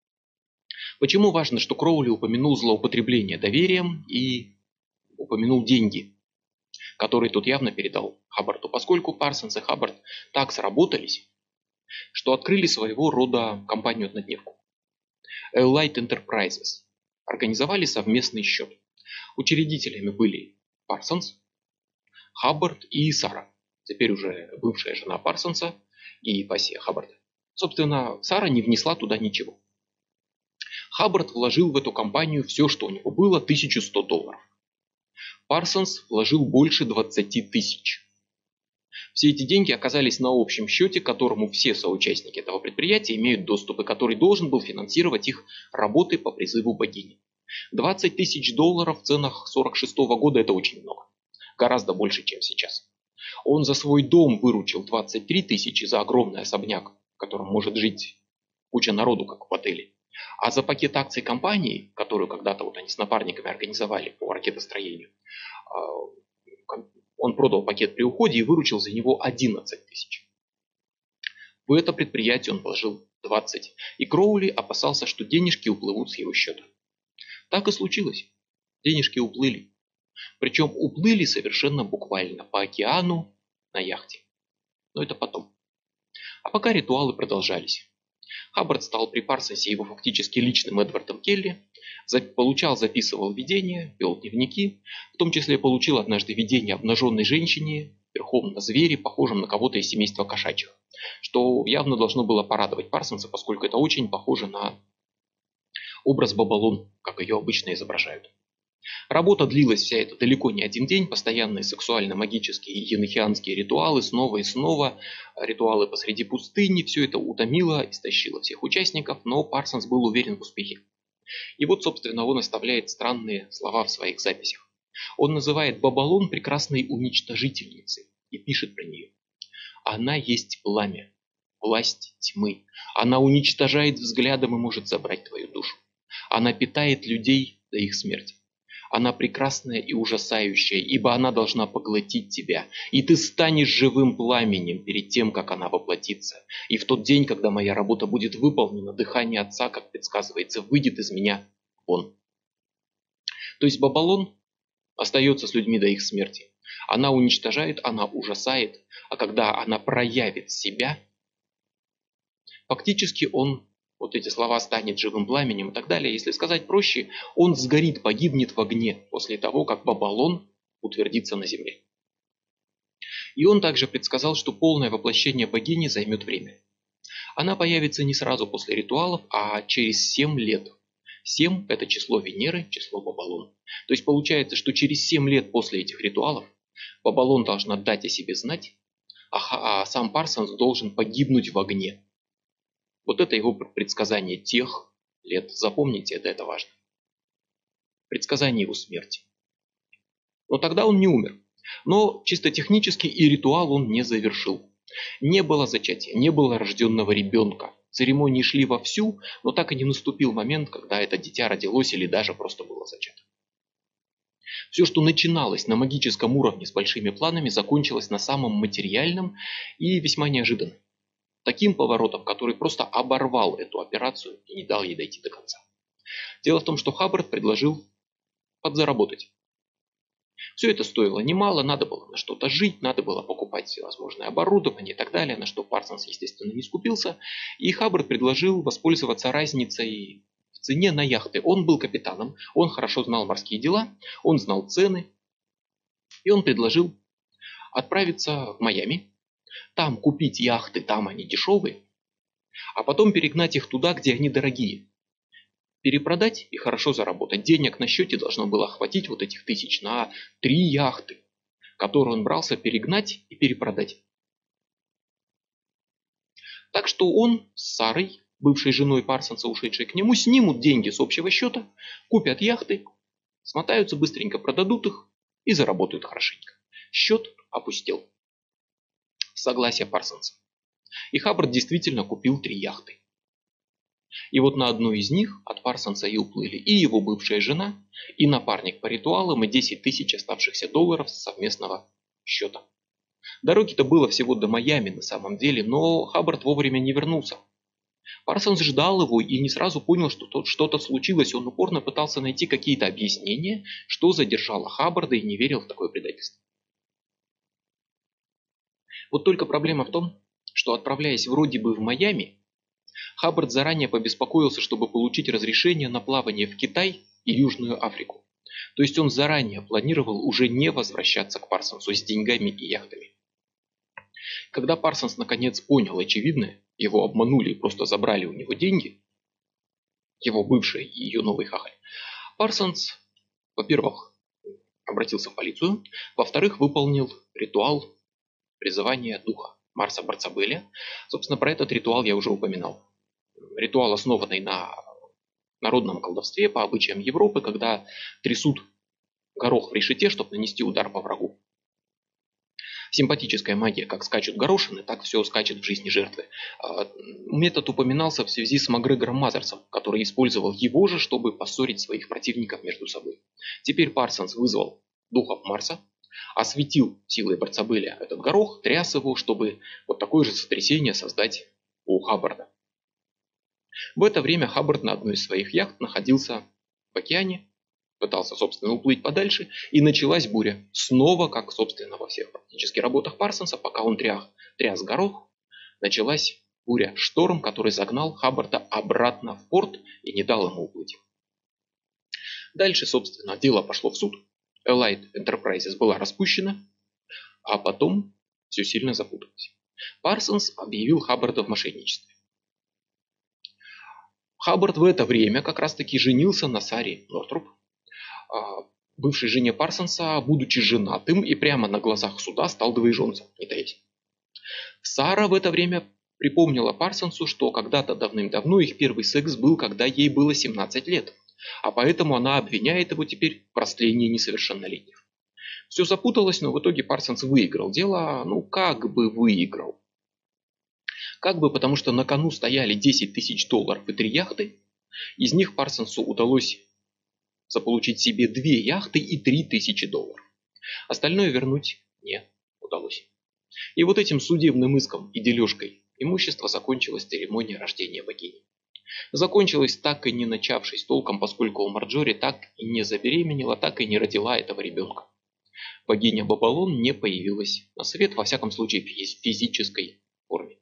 S1: Почему важно, что Кроули упомянул злоупотребление доверием и упомянул деньги, которые тут явно передал Хаббарду, поскольку Парсонс и Хаббард так сработались, что открыли своего рода компанию-однодневку. Elite Enterprises организовали совместный счет. Учредителями были Парсонс, Хаббард и Сара, теперь уже бывшая жена Парсонса и пассия Хаббарда. Собственно, Сара не внесла туда ничего. Хаббард вложил в эту компанию все, что у него было, тысячу сто долларов. Парсонс вложил больше двадцати тысяч. Все эти деньги оказались на общем счете, к которому все соучастники этого предприятия имеют доступ, и который должен был финансировать их работы по призыву богини. двадцать тысяч долларов в ценах сорок шестого года – это очень много. Гораздо больше, чем сейчас. Он за свой дом выручил двадцать три тысячи, за огромный особняк, в котором может жить куча народу, как в отеле. А за пакет акций компании, которую когда-то вот они с напарниками организовали по ракетостроению, он продал пакет при уходе и выручил за него одиннадцать тысяч. В это предприятие он вложил двадцать, и Кроули опасался, что денежки уплывут с его счета. Так и случилось. Денежки уплыли. Причем уплыли совершенно буквально по океану на яхте. Но это потом. А пока ритуалы продолжались. Хаббард стал при Парсонсе его фактически личным Эдвардом Келли, получал, записывал видения, вел дневники, в том числе получил однажды видение обнаженной женщине, верхом на звере, похожем на кого-то из семейства кошачьих, что явно должно было порадовать Парсонса, поскольку это очень похоже на образ Бабалон, как ее обычно изображают. Работа длилась вся эта далеко не один день, постоянные сексуально-магические и енохианские ритуалы, снова и снова, ритуалы посреди пустыни, все это утомило, истощило всех участников, но Парсонс был уверен в успехе. И вот, собственно, он оставляет странные слова в своих записях. Он называет Бабалон прекрасной уничтожительницей и пишет про нее. Она есть пламя, власть тьмы. Она уничтожает взглядом и может забрать твою душу. Она питает людей до их смерти. Она прекрасная и ужасающая, ибо она должна поглотить тебя, и ты станешь живым пламенем перед тем, как она воплотится. И в тот день, когда моя работа будет выполнена, дыхание Отца, как предсказывается, выйдет из меня вон. То есть Бабалон остается с людьми до их смерти. Она уничтожает, она ужасает, а когда она проявит себя, фактически он, вот эти слова, станет живым пламенем и так далее, если сказать проще, он сгорит, погибнет в огне после того, как Бабалон утвердится на земле. И он также предсказал, что полное воплощение богини займет время. Она появится не сразу после ритуалов, а через семь лет. семь – это число Венеры, число Бабалон. То есть получается, что через семь лет после этих ритуалов Бабалон должна дать о себе знать, а, а сам Парсонс должен погибнуть в огне. Вот это его предсказание тех лет. Запомните это, это важно. Предсказание его смерти. Но тогда он не умер. Но чисто технически и ритуал он не завершил. Не было зачатия, не было рожденного ребенка. Церемонии шли вовсю, но так и не наступил момент, когда это дитя родилось или даже просто было зачато. Все, что начиналось на магическом уровне с большими планами, закончилось на самом материальном и весьма неожиданно. Таким поворотом, который просто оборвал эту операцию и не дал ей дойти до конца. Дело в том, что Хаббард предложил подзаработать. Все это стоило немало, надо было на что-то жить, надо было покупать всевозможное оборудование и так далее, на что Парсонс, естественно, не скупился. И Хаббард предложил воспользоваться разницей в цене на яхты. Он был капитаном, он хорошо знал морские дела, он знал цены. И он предложил отправиться в Майами, там купить яхты, там они дешевые, а потом перегнать их туда, где они дорогие. Перепродать и хорошо заработать. Денег на счете должно было хватить вот этих тысяч на три яхты, которые он брался перегнать и перепродать. Так что он с Сарой, бывшей женой Парсонса, ушедшей к нему, снимут деньги с общего счета, купят яхты, смотаются, быстренько продадут их и заработают хорошенько. Счет опустел. Согласие Парсонса. И Хаббард действительно купил три яхты. И вот на одну из них от Парсонса и уплыли и его бывшая жена, и напарник по ритуалам, и десять тысяч оставшихся долларов с совместного счета. Дороги-то было всего до Майами на самом деле, но Хаббард вовремя не вернулся. Парсонс ждал его и не сразу понял, что тут что-то случилось. Он упорно пытался найти какие-то объяснения, что задержало Хаббарда, и не верил в такое предательство. Вот только проблема в том, что, отправляясь вроде бы в Майами, Хаббард заранее побеспокоился, чтобы получить разрешение на плавание в Китай и Южную Африку. То есть он заранее планировал уже не возвращаться к Парсонсу с деньгами и яхтами. Когда Парсонс наконец понял очевидное, его обманули и просто забрали у него деньги, его бывшая и ее новый хахаль, Парсонс, во-первых, обратился в полицию, во-вторых, выполнил ритуал призывания духа Марса Барцабеля. Собственно, про этот ритуал я уже упоминал. Ритуал, основанный на народном колдовстве по обычаям Европы, когда трясут горох в решете, чтобы нанести удар по врагу. Симпатическая магия, как скачут горошины, так все скачет в жизни жертвы. Метод упоминался в связи с Макгрегором Мазерсом, который использовал его же, чтобы поссорить своих противников между собой. Теперь Парсонс вызвал духов Марса, осветил силой Барцабеля этот горох, тряс его, чтобы вот такое же сотрясение создать у Хаббарда. В это время Хаббард на одной из своих яхт находился в океане, пытался, собственно, уплыть подальше, и началась буря. Снова, как, собственно, во всех практически работах Парсонса, пока он тряс, тряс горох, началась буря, шторм, который загнал Хаббарда обратно в порт и не дал ему уплыть. Дальше, собственно, дело пошло в суд. Allied Enterprises была распущена, а потом все сильно запуталось. Парсонс объявил Хаббарда в мошенничестве. Хаббард в это время как раз-таки женился на Саре Нортруп, бывшей жене Парсонса, будучи женатым, и прямо на глазах суда стал двоеженцем, не таясь. Сара в это время припомнила Парсонсу, что когда-то давным-давно их первый секс был, когда ей было семнадцать лет, а поэтому она обвиняет его теперь в растлении несовершеннолетних. Все запуталось, но в итоге Парсонс выиграл дело, ну как бы выиграл. Как бы, потому что на кону стояли десять тысяч долларов и три яхты, из них Парсонсу удалось заполучить себе две яхты и три тысячи долларов. Остальное вернуть не удалось. И вот этим судебным иском и дележкой имущества закончилась церемония рождения богини. Закончилась так и не начавшись толком, поскольку у Марджори так и не забеременела, так и не родила этого ребенка. Богиня Бабалон не появилась на свет, во всяком случае в физической форме.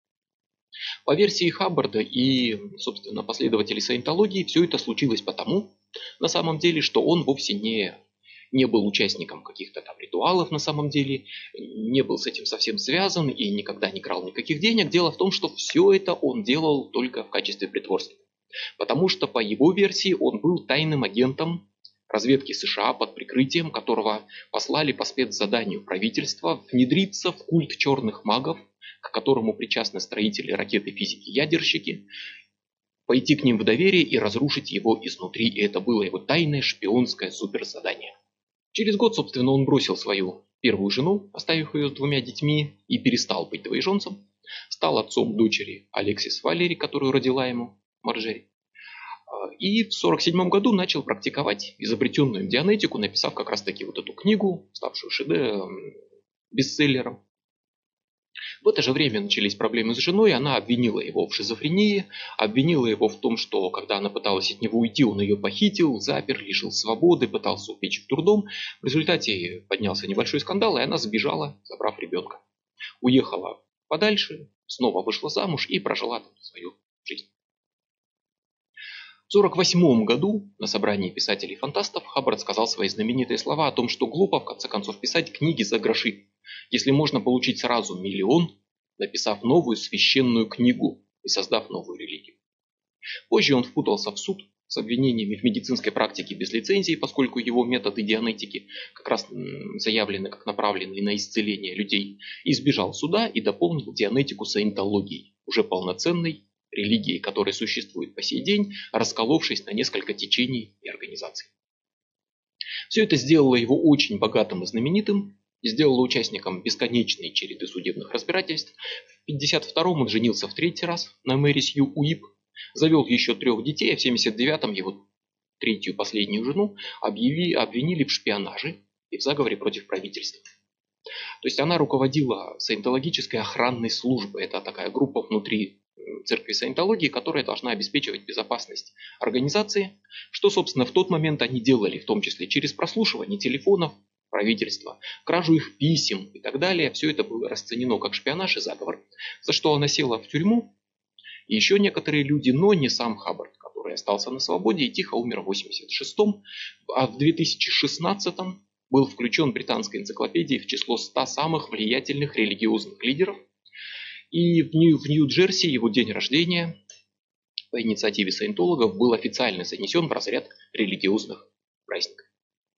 S1: По версии Хаббарда и, собственно, последователей саентологии, все это случилось потому, на самом деле, что он вовсе не, не был участником каких-то там ритуалов на самом деле, не был с этим совсем связан и никогда не крал никаких денег. Дело в том, что все это он делал только в качестве притворства. Потому что, по его версии, он был тайным агентом разведки США, под прикрытием которого послали по спецзаданию правительства внедриться в культ черных магов, к которому причастны строители ракеты, физики, ядерщики, пойти к ним в доверие и разрушить его изнутри. И это было его тайное шпионское суперзадание. Через год, собственно, он бросил свою первую жену, оставив ее с двумя детьми, и перестал быть двоеженцем. Стал отцом дочери Алексис Валери, которую родила ему Марджери. И в сорок седьмом году начал практиковать изобретенную дианетику, написав как раз таки вот эту книгу, ставшую шедевром, бестселлером. В это же время начались проблемы с женой, она обвинила его в шизофрении, обвинила его в том, что когда она пыталась от него уйти, он ее похитил, запер, лишил свободы, пытался упечь в дурдом. В результате поднялся небольшой скандал, и она сбежала, забрав ребенка. Уехала подальше, снова вышла замуж и прожила там свою жизнь. В сорок восьмом году на собрании писателей-фантастов Хаббард сказал свои знаменитые слова о том, что глупо в конце концов писать книги за гроши, если можно получить сразу миллион, написав новую священную книгу и создав новую религию. Позже он впутался в суд с обвинениями в медицинской практике без лицензии, поскольку его методы дианетики как раз заявлены как направленные на исцеление людей, избежал суда и дополнил дианетику саентологией, уже полноценной религии, которая существует по сей день, расколовшись на несколько течений и организаций. Все это сделало его очень богатым и знаменитым, и сделало участником бесконечной череды судебных разбирательств. В пятьдесят втором он женился в третий раз на Мэри Сью Уип, завел еще трех детей, а в семьдесят девятом его третью последнюю жену объяви, обвинили в шпионаже и в заговоре против правительства. То есть она руководила саентологической охранной службой. Это такая группа внутри церкви саентологии, которая должна обеспечивать безопасность организации, что, собственно, в тот момент они делали, в том числе через прослушивание телефонов правительства, кражу их писем и так далее. Все это было расценено как шпионаж и заговор, за что она села в тюрьму, и еще некоторые люди, но не сам Хаббард, который остался на свободе и тихо умер в восемьдесят шестом, а в две тысячи шестнадцатом был включен британской энциклопедией в число ста самых влиятельных религиозных лидеров. И в, Нью- в Нью-Джерси его день рождения по инициативе саентологов был официально занесен в разряд религиозных праздников.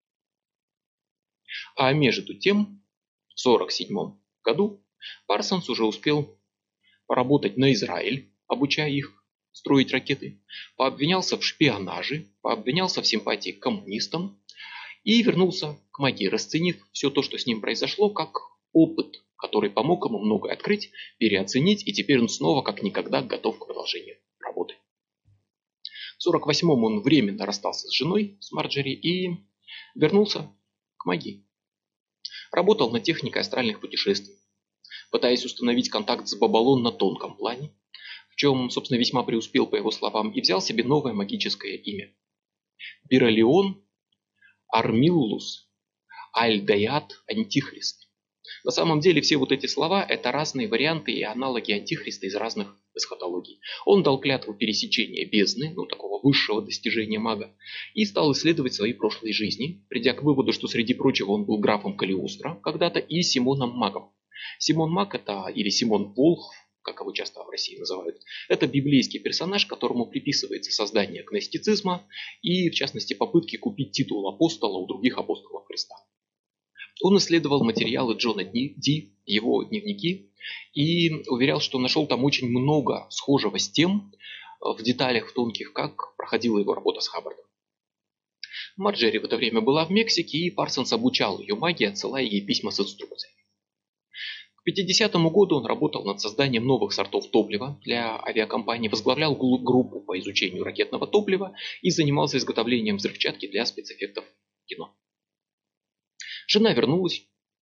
S1: А между тем, в сорок седьмом году Парсонс уже успел поработать на Израиль, обучая их строить ракеты, пообвинялся в шпионаже, пообвинялся в симпатии к коммунистам и вернулся к магии, расценив все то, что с ним произошло, как опыт, который помог ему многое открыть, переоценить, и теперь он снова как никогда готов к продолжению работы. В сорок восьмом он временно расстался с женой, с Марджери, и вернулся к магии. Работал над техникой астральных путешествий, пытаясь установить контакт с Бабалон на тонком плане, в чем, собственно, весьма преуспел, по его словам, и взял себе новое магическое имя. Пиралион Армиллус Альдаят Антихрист. На самом деле все вот эти слова – это разные варианты и аналоги Антихриста из разных эсхатологий. Он дал клятву пересечения бездны, ну такого высшего достижения мага, и стал исследовать свои прошлые жизни, придя к выводу, что среди прочего он был графом Калиостро когда-то и Симоном Магом. Симон Маг это, или Симон Волхв, как его часто в России называют, это библейский персонаж, которому приписывается создание гностицизма и, в частности, попытки купить титул апостола у других апостолов Христа. Он исследовал материалы Джона Ди, его дневники, и уверял, что нашел там очень много схожего с тем, в деталях в тонких, как проходила его работа с Хаббардом. Марджери в это время была в Мексике, и Парсонс обучал ее магии, отсылая ей письма с инструкциями. К пятидесятому году он работал над созданием новых сортов топлива для авиакомпаний, возглавлял группу по изучению ракетного топлива и занимался изготовлением взрывчатки для спецэффектов кино. Жена вернулась,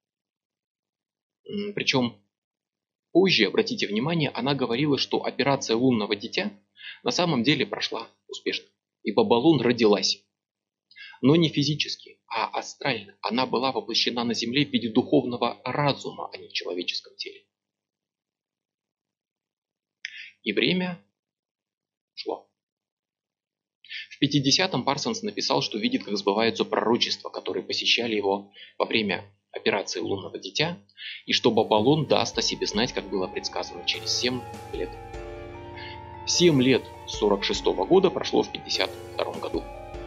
S1: причем позже, обратите внимание, она говорила, что операция лунного дитя на самом деле прошла успешно, и Бабалон родилась. Но не физически, а астрально. Она была воплощена на Земле в виде духовного разума, а не в человеческом теле. И время шло. В пятидесятом Парсонс написал, что видит, как сбываются пророчества, которые посещали его во время операции лунного дитя, и что Бабалон даст о себе знать, как было предсказано, через семь лет. семь лет с сорок шестого года прошло в пятьдесят втором году.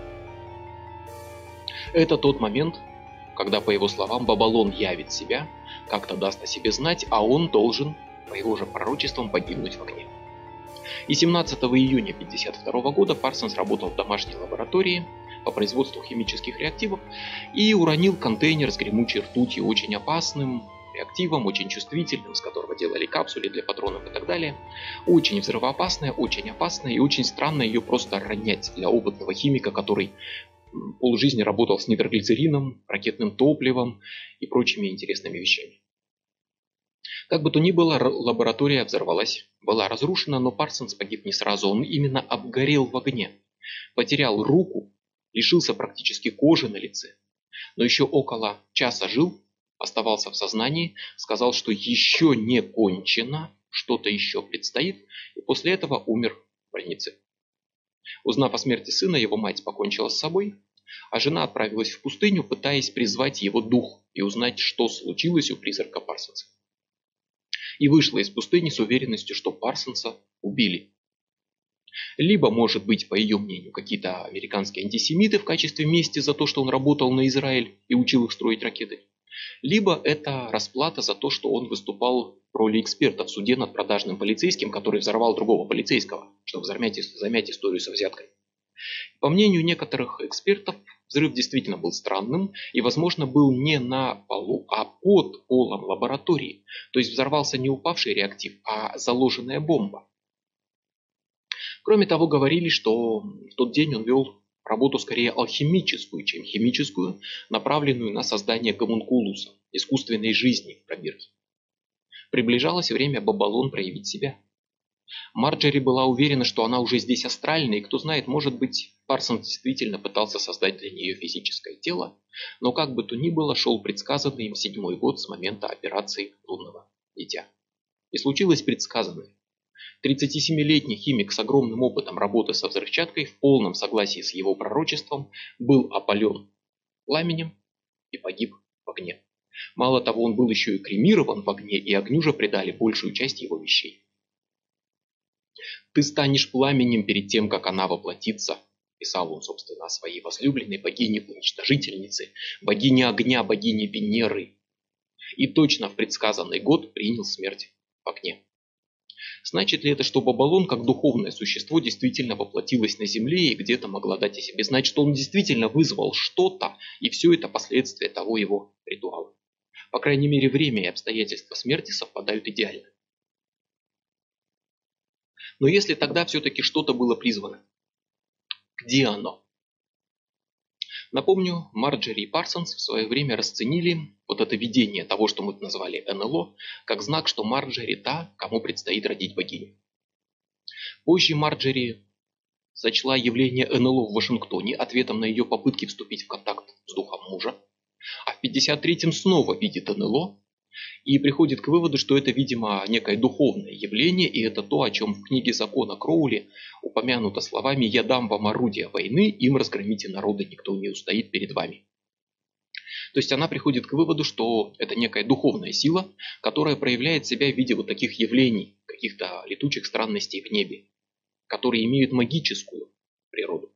S1: Это тот момент, когда, по его словам, Бабалон явит себя, как-то даст о себе знать, а он должен, по его же пророчествам, погибнуть в огне. И семнадцатого июня пятьдесят второго года Парсонс работал в домашней лаборатории по производству химических реактивов и уронил контейнер с гремучей ртутью, очень опасным реактивом, очень чувствительным, с которого делали капсули для патронов и так далее. Очень взрывоопасная, очень опасная, и очень странно ее просто ронять для опытного химика, который полжизни работал с нитроглицерином, ракетным топливом и прочими интересными вещами. Как бы то ни было, лаборатория взорвалась, была разрушена, но Парсонс погиб не сразу, он именно обгорел в огне, потерял руку, лишился практически кожи на лице, но еще около часа жил, оставался в сознании, сказал, что еще не кончено, что-то еще предстоит, и после этого умер в больнице. Узнав о смерти сына, его мать покончила с собой, а жена отправилась в пустыню, пытаясь призвать его дух и узнать, что случилось у призрака Парсонса. И вышла из пустыни с уверенностью, что Парсонса убили. Либо, может быть, по ее мнению, какие-то американские антисемиты в качестве мести за то, что он работал на Израиль и учил их строить ракеты. Либо это расплата за то, что он выступал в роли эксперта в суде над продажным полицейским, который взорвал другого полицейского, чтобы замять, замять историю со взяткой. По мнению некоторых экспертов, взрыв действительно был странным и, возможно, был не на полу, а под полом лаборатории. То есть взорвался не упавший реактив, а заложенная бомба. Кроме того, говорили, что в тот день он вел работу скорее алхимическую, чем химическую, направленную на создание гомункулуса, искусственной жизни в пробирке. Приближалось время Бабалон проявить себя. Марджери была уверена, что она уже здесь астральная, и кто знает, может быть, Парсонс действительно пытался создать для нее физическое тело, но как бы то ни было, шел предсказанный им седьмой год с момента операции лунного дитя. И случилось предсказанное. тридцатисемилетний химик с огромным опытом работы со взрывчаткой в полном согласии с его пророчеством был опален пламенем и погиб в огне. Мало того, он был еще и кремирован в огне, и огню же придали большую часть его вещей. «Ты станешь пламенем перед тем, как она воплотится», писал он, собственно, о своей возлюбленной богине-уничтожительнице, богине огня, богине Венеры. И точно в предсказанный год принял смерть в огне. Значит ли это, что Бабалон, как духовное существо, действительно воплотилось на земле и где-то могла дать о себе знать, что он действительно вызвал что-то, и все это последствия того его ритуала? По крайней мере, время и обстоятельства смерти совпадают идеально. Но если тогда все-таки что-то было призвано, где оно? Напомню, Марджори и Парсонс в свое время расценили вот это видение того, что мы назвали эн эл о, как знак, что Марджори та, кому предстоит родить богиню. Позже Марджори сочла явление эн эл о в Вашингтоне ответом на ее попытки вступить в контакт с духом мужа, а в пятьдесят третьем снова видит эн эл о и приходит к выводу, что это, видимо, некое духовное явление, и это то, о чем в книге закона Кроули упомянуто словами «Я дам вам орудия войны, им разгромите народы, никто не устоит перед вами». То есть она приходит к выводу, что это некая духовная сила, которая проявляет себя в виде вот таких явлений, каких-то летучих странностей в небе, которые имеют магическую природу.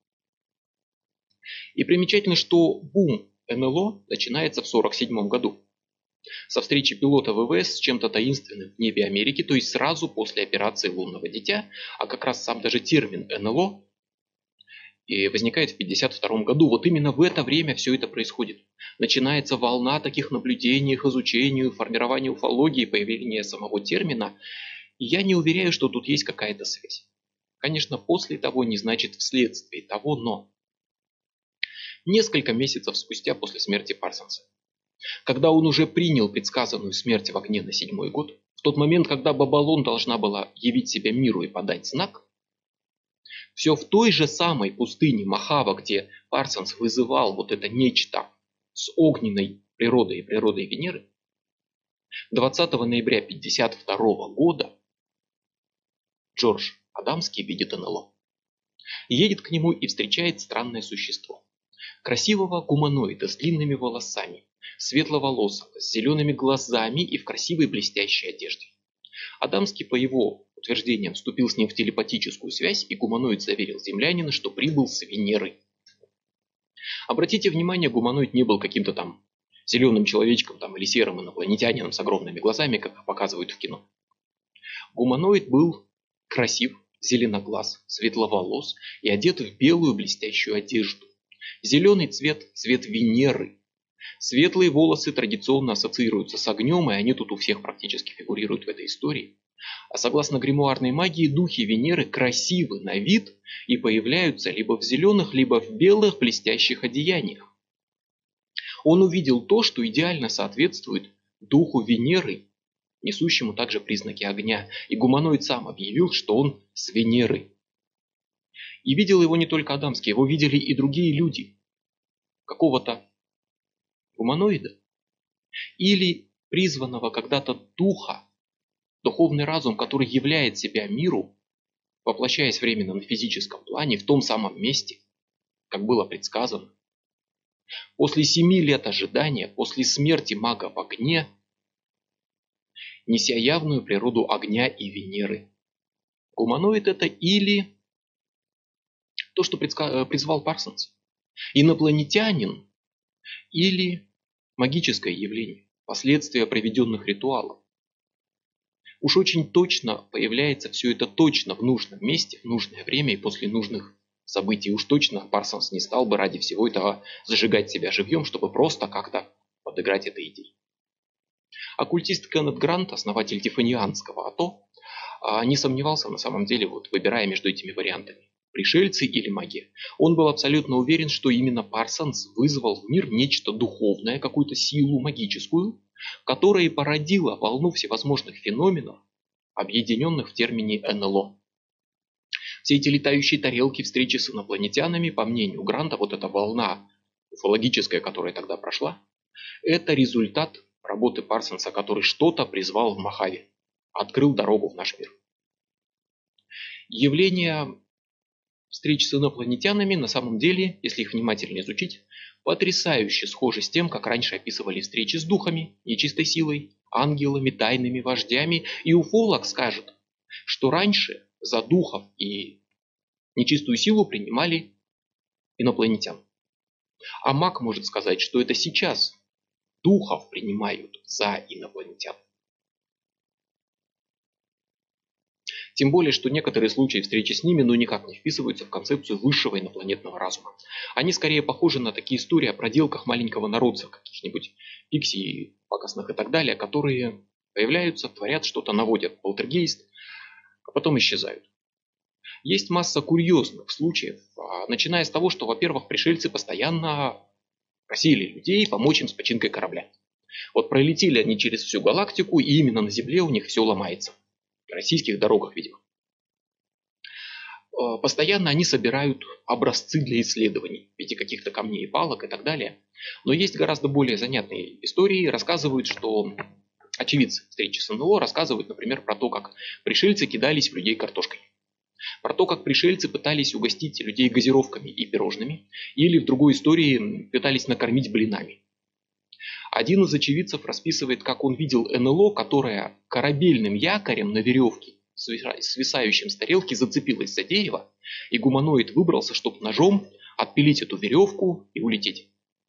S1: И примечательно, что бум эн эл о начинается в сорок седьмом году. Со встречи пилота вэ вэ эс с чем-то таинственным в небе Америки, то есть сразу после операции «Лунного дитя», а как раз сам даже термин эн эл о и возникает в пятьдесят втором году. Вот именно в это время все это происходит. Начинается волна таких наблюдений, их изучению, формирования уфологии, появления самого термина. И я не уверяю, что тут есть какая-то связь. Конечно, после того не значит вследствие того, но несколько месяцев спустя после смерти Парсонса, когда он уже принял предсказанную смерть в огне на седьмой год, в тот момент, когда Бабалон должна была явить себя миру и подать знак, все в той же самой пустыне Мохава, где Парсонс вызывал вот это нечто с огненной природой и природой Венеры, двадцатого ноября пятьдесят второго года Джордж Адамский видит эн эл о. Едет к нему и встречает странное существо. Красивого гуманоида с длинными волосами, светловолосого, с зелеными глазами и в красивой блестящей одежде. Адамский, по его утверждениям, вступил с ним в телепатическую связь, и гуманоид заверил землянина, что прибыл с Венеры. Обратите внимание, гуманоид не был каким-то там зеленым человечком там, или серым инопланетянином с огромными глазами, как их показывают в кино. Гуманоид был красив, зеленоглаз, светловолос и одет в белую блестящую одежду. Зеленый цвет – цвет Венеры. Светлые волосы традиционно ассоциируются с огнем, и они тут у всех практически фигурируют в этой истории. А согласно гримуарной магии, духи Венеры красивы на вид и появляются либо в зеленых, либо в белых блестящих одеяниях. Он увидел то, что идеально соответствует духу Венеры, несущему также признаки огня, и гуманоид сам объявил, что он с Венеры. И видел его не только Адамский, его видели и другие люди. Какого-то гуманоида или призванного когда-то духа, духовный разум, который являет себя миру, воплощаясь временно на физическом плане, в том самом месте, как было предсказано. После семи лет ожидания, после смерти мага в огне, неся явную природу огня и Венеры. Гуманоид это или то, что предска... призвал Парсонс, инопланетянин или магическое явление, последствия проведенных ритуалов. Уж очень точно появляется все это точно в нужном месте, в нужное время и после нужных событий. Уж точно Парсонс не стал бы ради всего этого зажигать себя живьем, чтобы просто как-то подыграть этой идее. Оккультист Кеннет Грант, основатель Тиффанианского АТО, не сомневался на самом деле, вот, выбирая между этими вариантами. Пришельцы или магия. Он был абсолютно уверен, что именно Парсонс вызвал в мир нечто духовное, какую-то силу магическую, которая и породила волну всевозможных феноменов, объединенных в термине эн эл о. Все эти летающие тарелки, встречи с инопланетянами, по мнению Гранта, вот эта волна уфологическая, которая тогда прошла, это результат работы Парсонса, который что-то призвал в Мохаве, открыл дорогу в наш мир. Явление встреч с инопланетянами на самом деле, если их внимательно изучить, потрясающе схожи с тем, как раньше описывали встречи с духами, нечистой силой, ангелами, тайными вождями. И уфолог скажет, что раньше за духов и нечистую силу принимали инопланетян. А маг может сказать, что это сейчас духов принимают за инопланетян. Тем более, что некоторые случаи встречи с ними ну никак не вписываются в концепцию высшего инопланетного разума. Они скорее похожи на такие истории о проделках маленького народца, каких-нибудь пикси, пакостных и так далее, которые появляются, творят что-то, наводят полтергейст, а потом исчезают. Есть масса курьезных случаев, а, начиная с того, что, во-первых, пришельцы постоянно просили людей помочь им с починкой корабля. Вот пролетели они через всю галактику, и именно на Земле у них все ломается. На российских дорогах, видимо. Э, Постоянно они собирают образцы для исследований в виде каких-то камней, палок и так далее. Но есть гораздо более занятные истории. Рассказывают, что очевидцы встречи с НЛО рассказывают, например, про то, как пришельцы кидались в людей картошкой. Про то, как пришельцы пытались угостить людей газировками и пирожными. Или в другой истории пытались накормить блинами. Один из очевидцев расписывает, как он видел НЛО, которое корабельным якорем на веревке, свисающим с тарелки, зацепилось за дерево, и гуманоид выбрался, чтобы ножом отпилить эту веревку и улететь.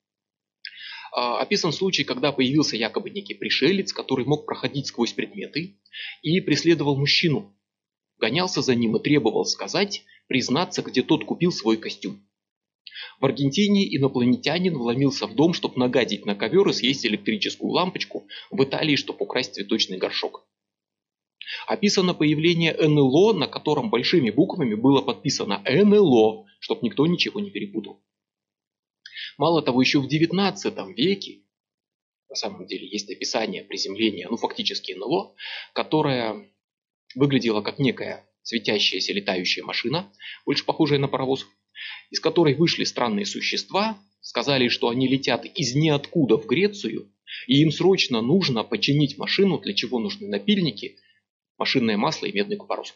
S1: А, описан случай, когда появился якобы некий пришелец, который мог проходить сквозь предметы и преследовал мужчину. Гонялся за ним и требовал сказать, признаться, где тот купил свой костюм. В Аргентине инопланетянин вломился в дом, чтобы нагадить на ковер и съесть электрическую лампочку, в Италии, чтобы украсть цветочный горшок. Описано появление НЛО, на котором большими буквами было подписано НЛО, чтобы никто ничего не перепутал. Мало того, еще в девятнадцатом веке, на самом деле, есть описание приземления, ну фактически НЛО, которое выглядело как некая светящаяся летающая машина, больше похожая на паровоз, из которой вышли странные существа, сказали, что они летят из ниоткуда в Грецию, и им срочно нужно починить машину, для чего нужны напильники, машинное масло и медный купорос.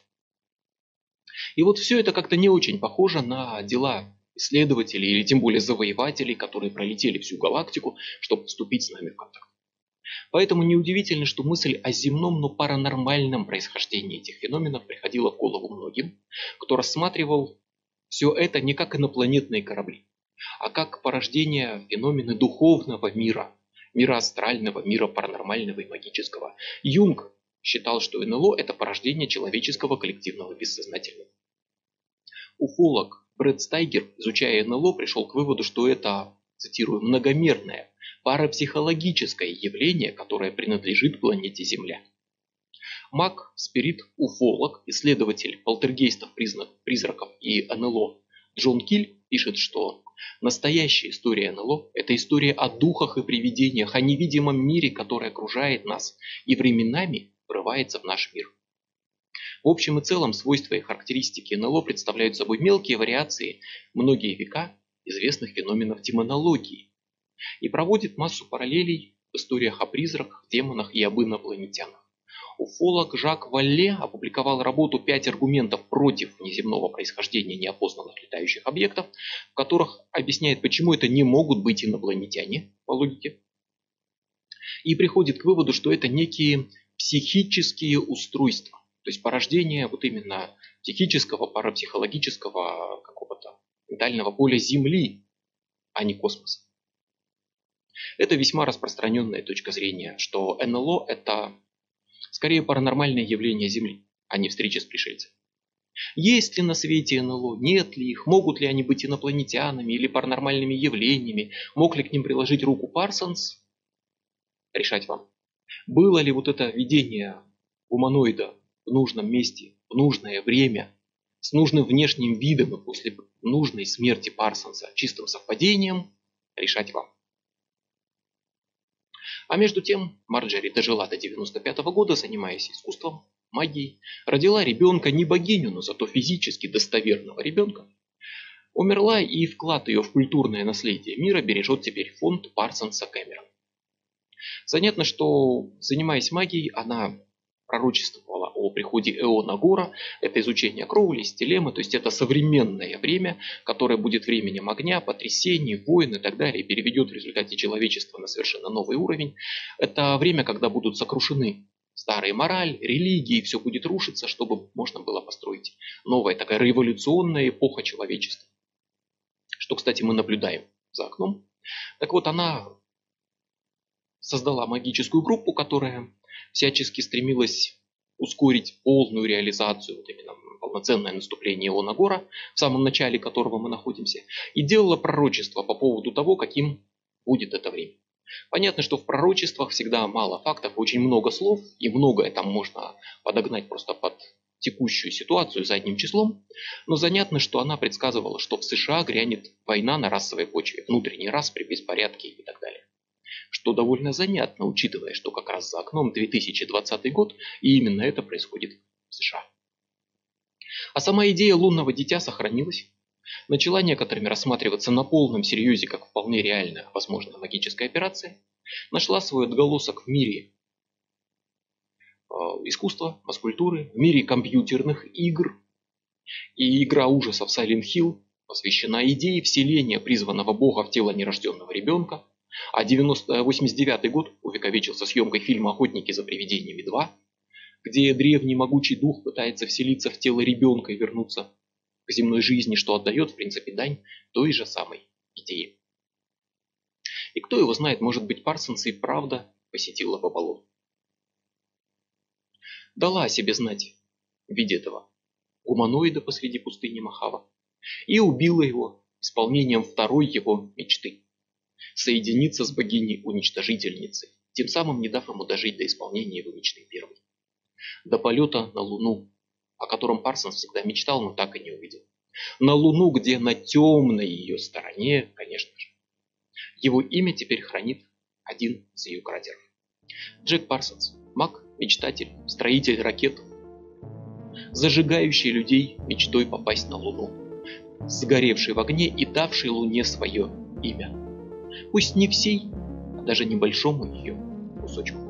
S1: И вот все это как-то не очень похоже на дела исследователей или тем более завоевателей, которые пролетели всю галактику, чтобы вступить с нами в контакт. Поэтому неудивительно, что мысль о земном, но паранормальном происхождении этих феноменов приходила в голову многим, кто рассматривал все это не как инопланетные корабли, а как порождение феномены духовного мира, мира астрального, мира паранормального и магического. Юнг считал, что НЛО – это порождение человеческого коллективного бессознательного. Уфолог Брэд Стайгер, изучая НЛО, пришел к выводу, что это, цитирую, многомерное, парапсихологическое явление, которое принадлежит планете Земля. Маг, спирит, уфолог, исследователь полтергейстов, призраков и НЛО Джон Киль пишет, что настоящая история НЛО – это история о духах и привидениях, о невидимом мире, который окружает нас и временами врывается в наш мир. В общем и целом свойства и характеристики НЛО представляют собой мелкие вариации многие века известных феноменов демонологии и проводит массу параллелей в историях о призраках, демонах и об инопланетянах. Уфолог Жак Валле опубликовал работу «Пять аргументов против внеземного происхождения неопознанных летающих объектов», в которых объясняет, почему это не могут быть инопланетяне, по логике, и приходит к выводу, что это некие психические устройства, то есть порождение вот именно психического, парапсихологического какого-то ментального поля Земли, а не космоса. Это весьма распространенная точка зрения, что НЛО – это скорее паранормальное явление Земли, а не встреча с пришельцами. Есть ли на свете НЛО, нет ли их, могут ли они быть инопланетянами или паранормальными явлениями, мог ли к ним приложить руку Парсонс, решать вам. Было ли вот это видение гуманоида в нужном месте, в нужное время, с нужным внешним видом и после нужной смерти Парсонса чистым совпадением, решать вам. А между тем Марджори дожила до девяносто пятого года, занимаясь искусством, магией, родила ребенка, не богиню, но зато физически достоверного ребенка. Умерла, и вклад ее в культурное наследие мира бережет теперь фонд Парсонса Кэмерон. Занятно, что, занимаясь магией, она пророчествовала о приходе Эона Гора, это изучение Кроули, стилемы, то есть это современное время, которое будет временем огня, потрясений, войн и так далее, и переведет в результате человечество на совершенно новый уровень. Это время, когда будут сокрушены старая мораль, религии, все будет рушиться, чтобы можно было построить новая такая революционная эпоха человечества. Что, кстати, мы наблюдаем за окном. Так вот, она создала магическую группу, которая всячески стремилась ускорить полную реализацию, вот именно полноценное наступление Эона Гора, в самом начале которого мы находимся, и делала пророчество по поводу того, каким будет это время. Понятно, что в пророчествах всегда мало фактов, очень много слов, и многое там можно подогнать просто под текущую ситуацию задним числом, но занятно, что она предсказывала, что в США грянет война на расовой почве, внутренний распри, беспорядки и так далее. Что довольно занятно, учитывая, что как раз за окном две тысячи двадцатый год, и именно это происходит в США. А сама идея лунного дитя сохранилась, начала некоторыми рассматриваться на полном серьезе как вполне реальная, возможная магическая операция, нашла свой отголосок в мире э, искусства, маскультуры, в мире компьютерных игр. И игра ужасов Silent Hill посвящена идее вселения призванного бога в тело нерожденного ребенка, а восемьдесят девятый год увековечился съемкой фильма «Охотники за привидениями два», где древний могучий дух пытается вселиться в тело ребенка и вернуться к земной жизни, что отдает, в принципе, дань той же самой идее. И кто его знает, может быть, Парсонс и правда посетила Вавилон. Дала о себе знать в виде этого гуманоида посреди пустыни Мохава и убила его исполнением второй его мечты – соединиться с богиней-уничтожительницей, тем самым не дав ему дожить до исполнения его мечты первой. До полета на Луну, о котором Парсонс всегда мечтал, но так и не увидел. На Луну, где на темной ее стороне, конечно же, его имя теперь хранит один из ее кратеров. Джек Парсонс, маг, мечтатель, строитель ракет, зажигающий людей мечтой попасть на Луну, сгоревший в огне и давший Луне свое имя. Пусть не всей, а даже небольшому ее кусочку.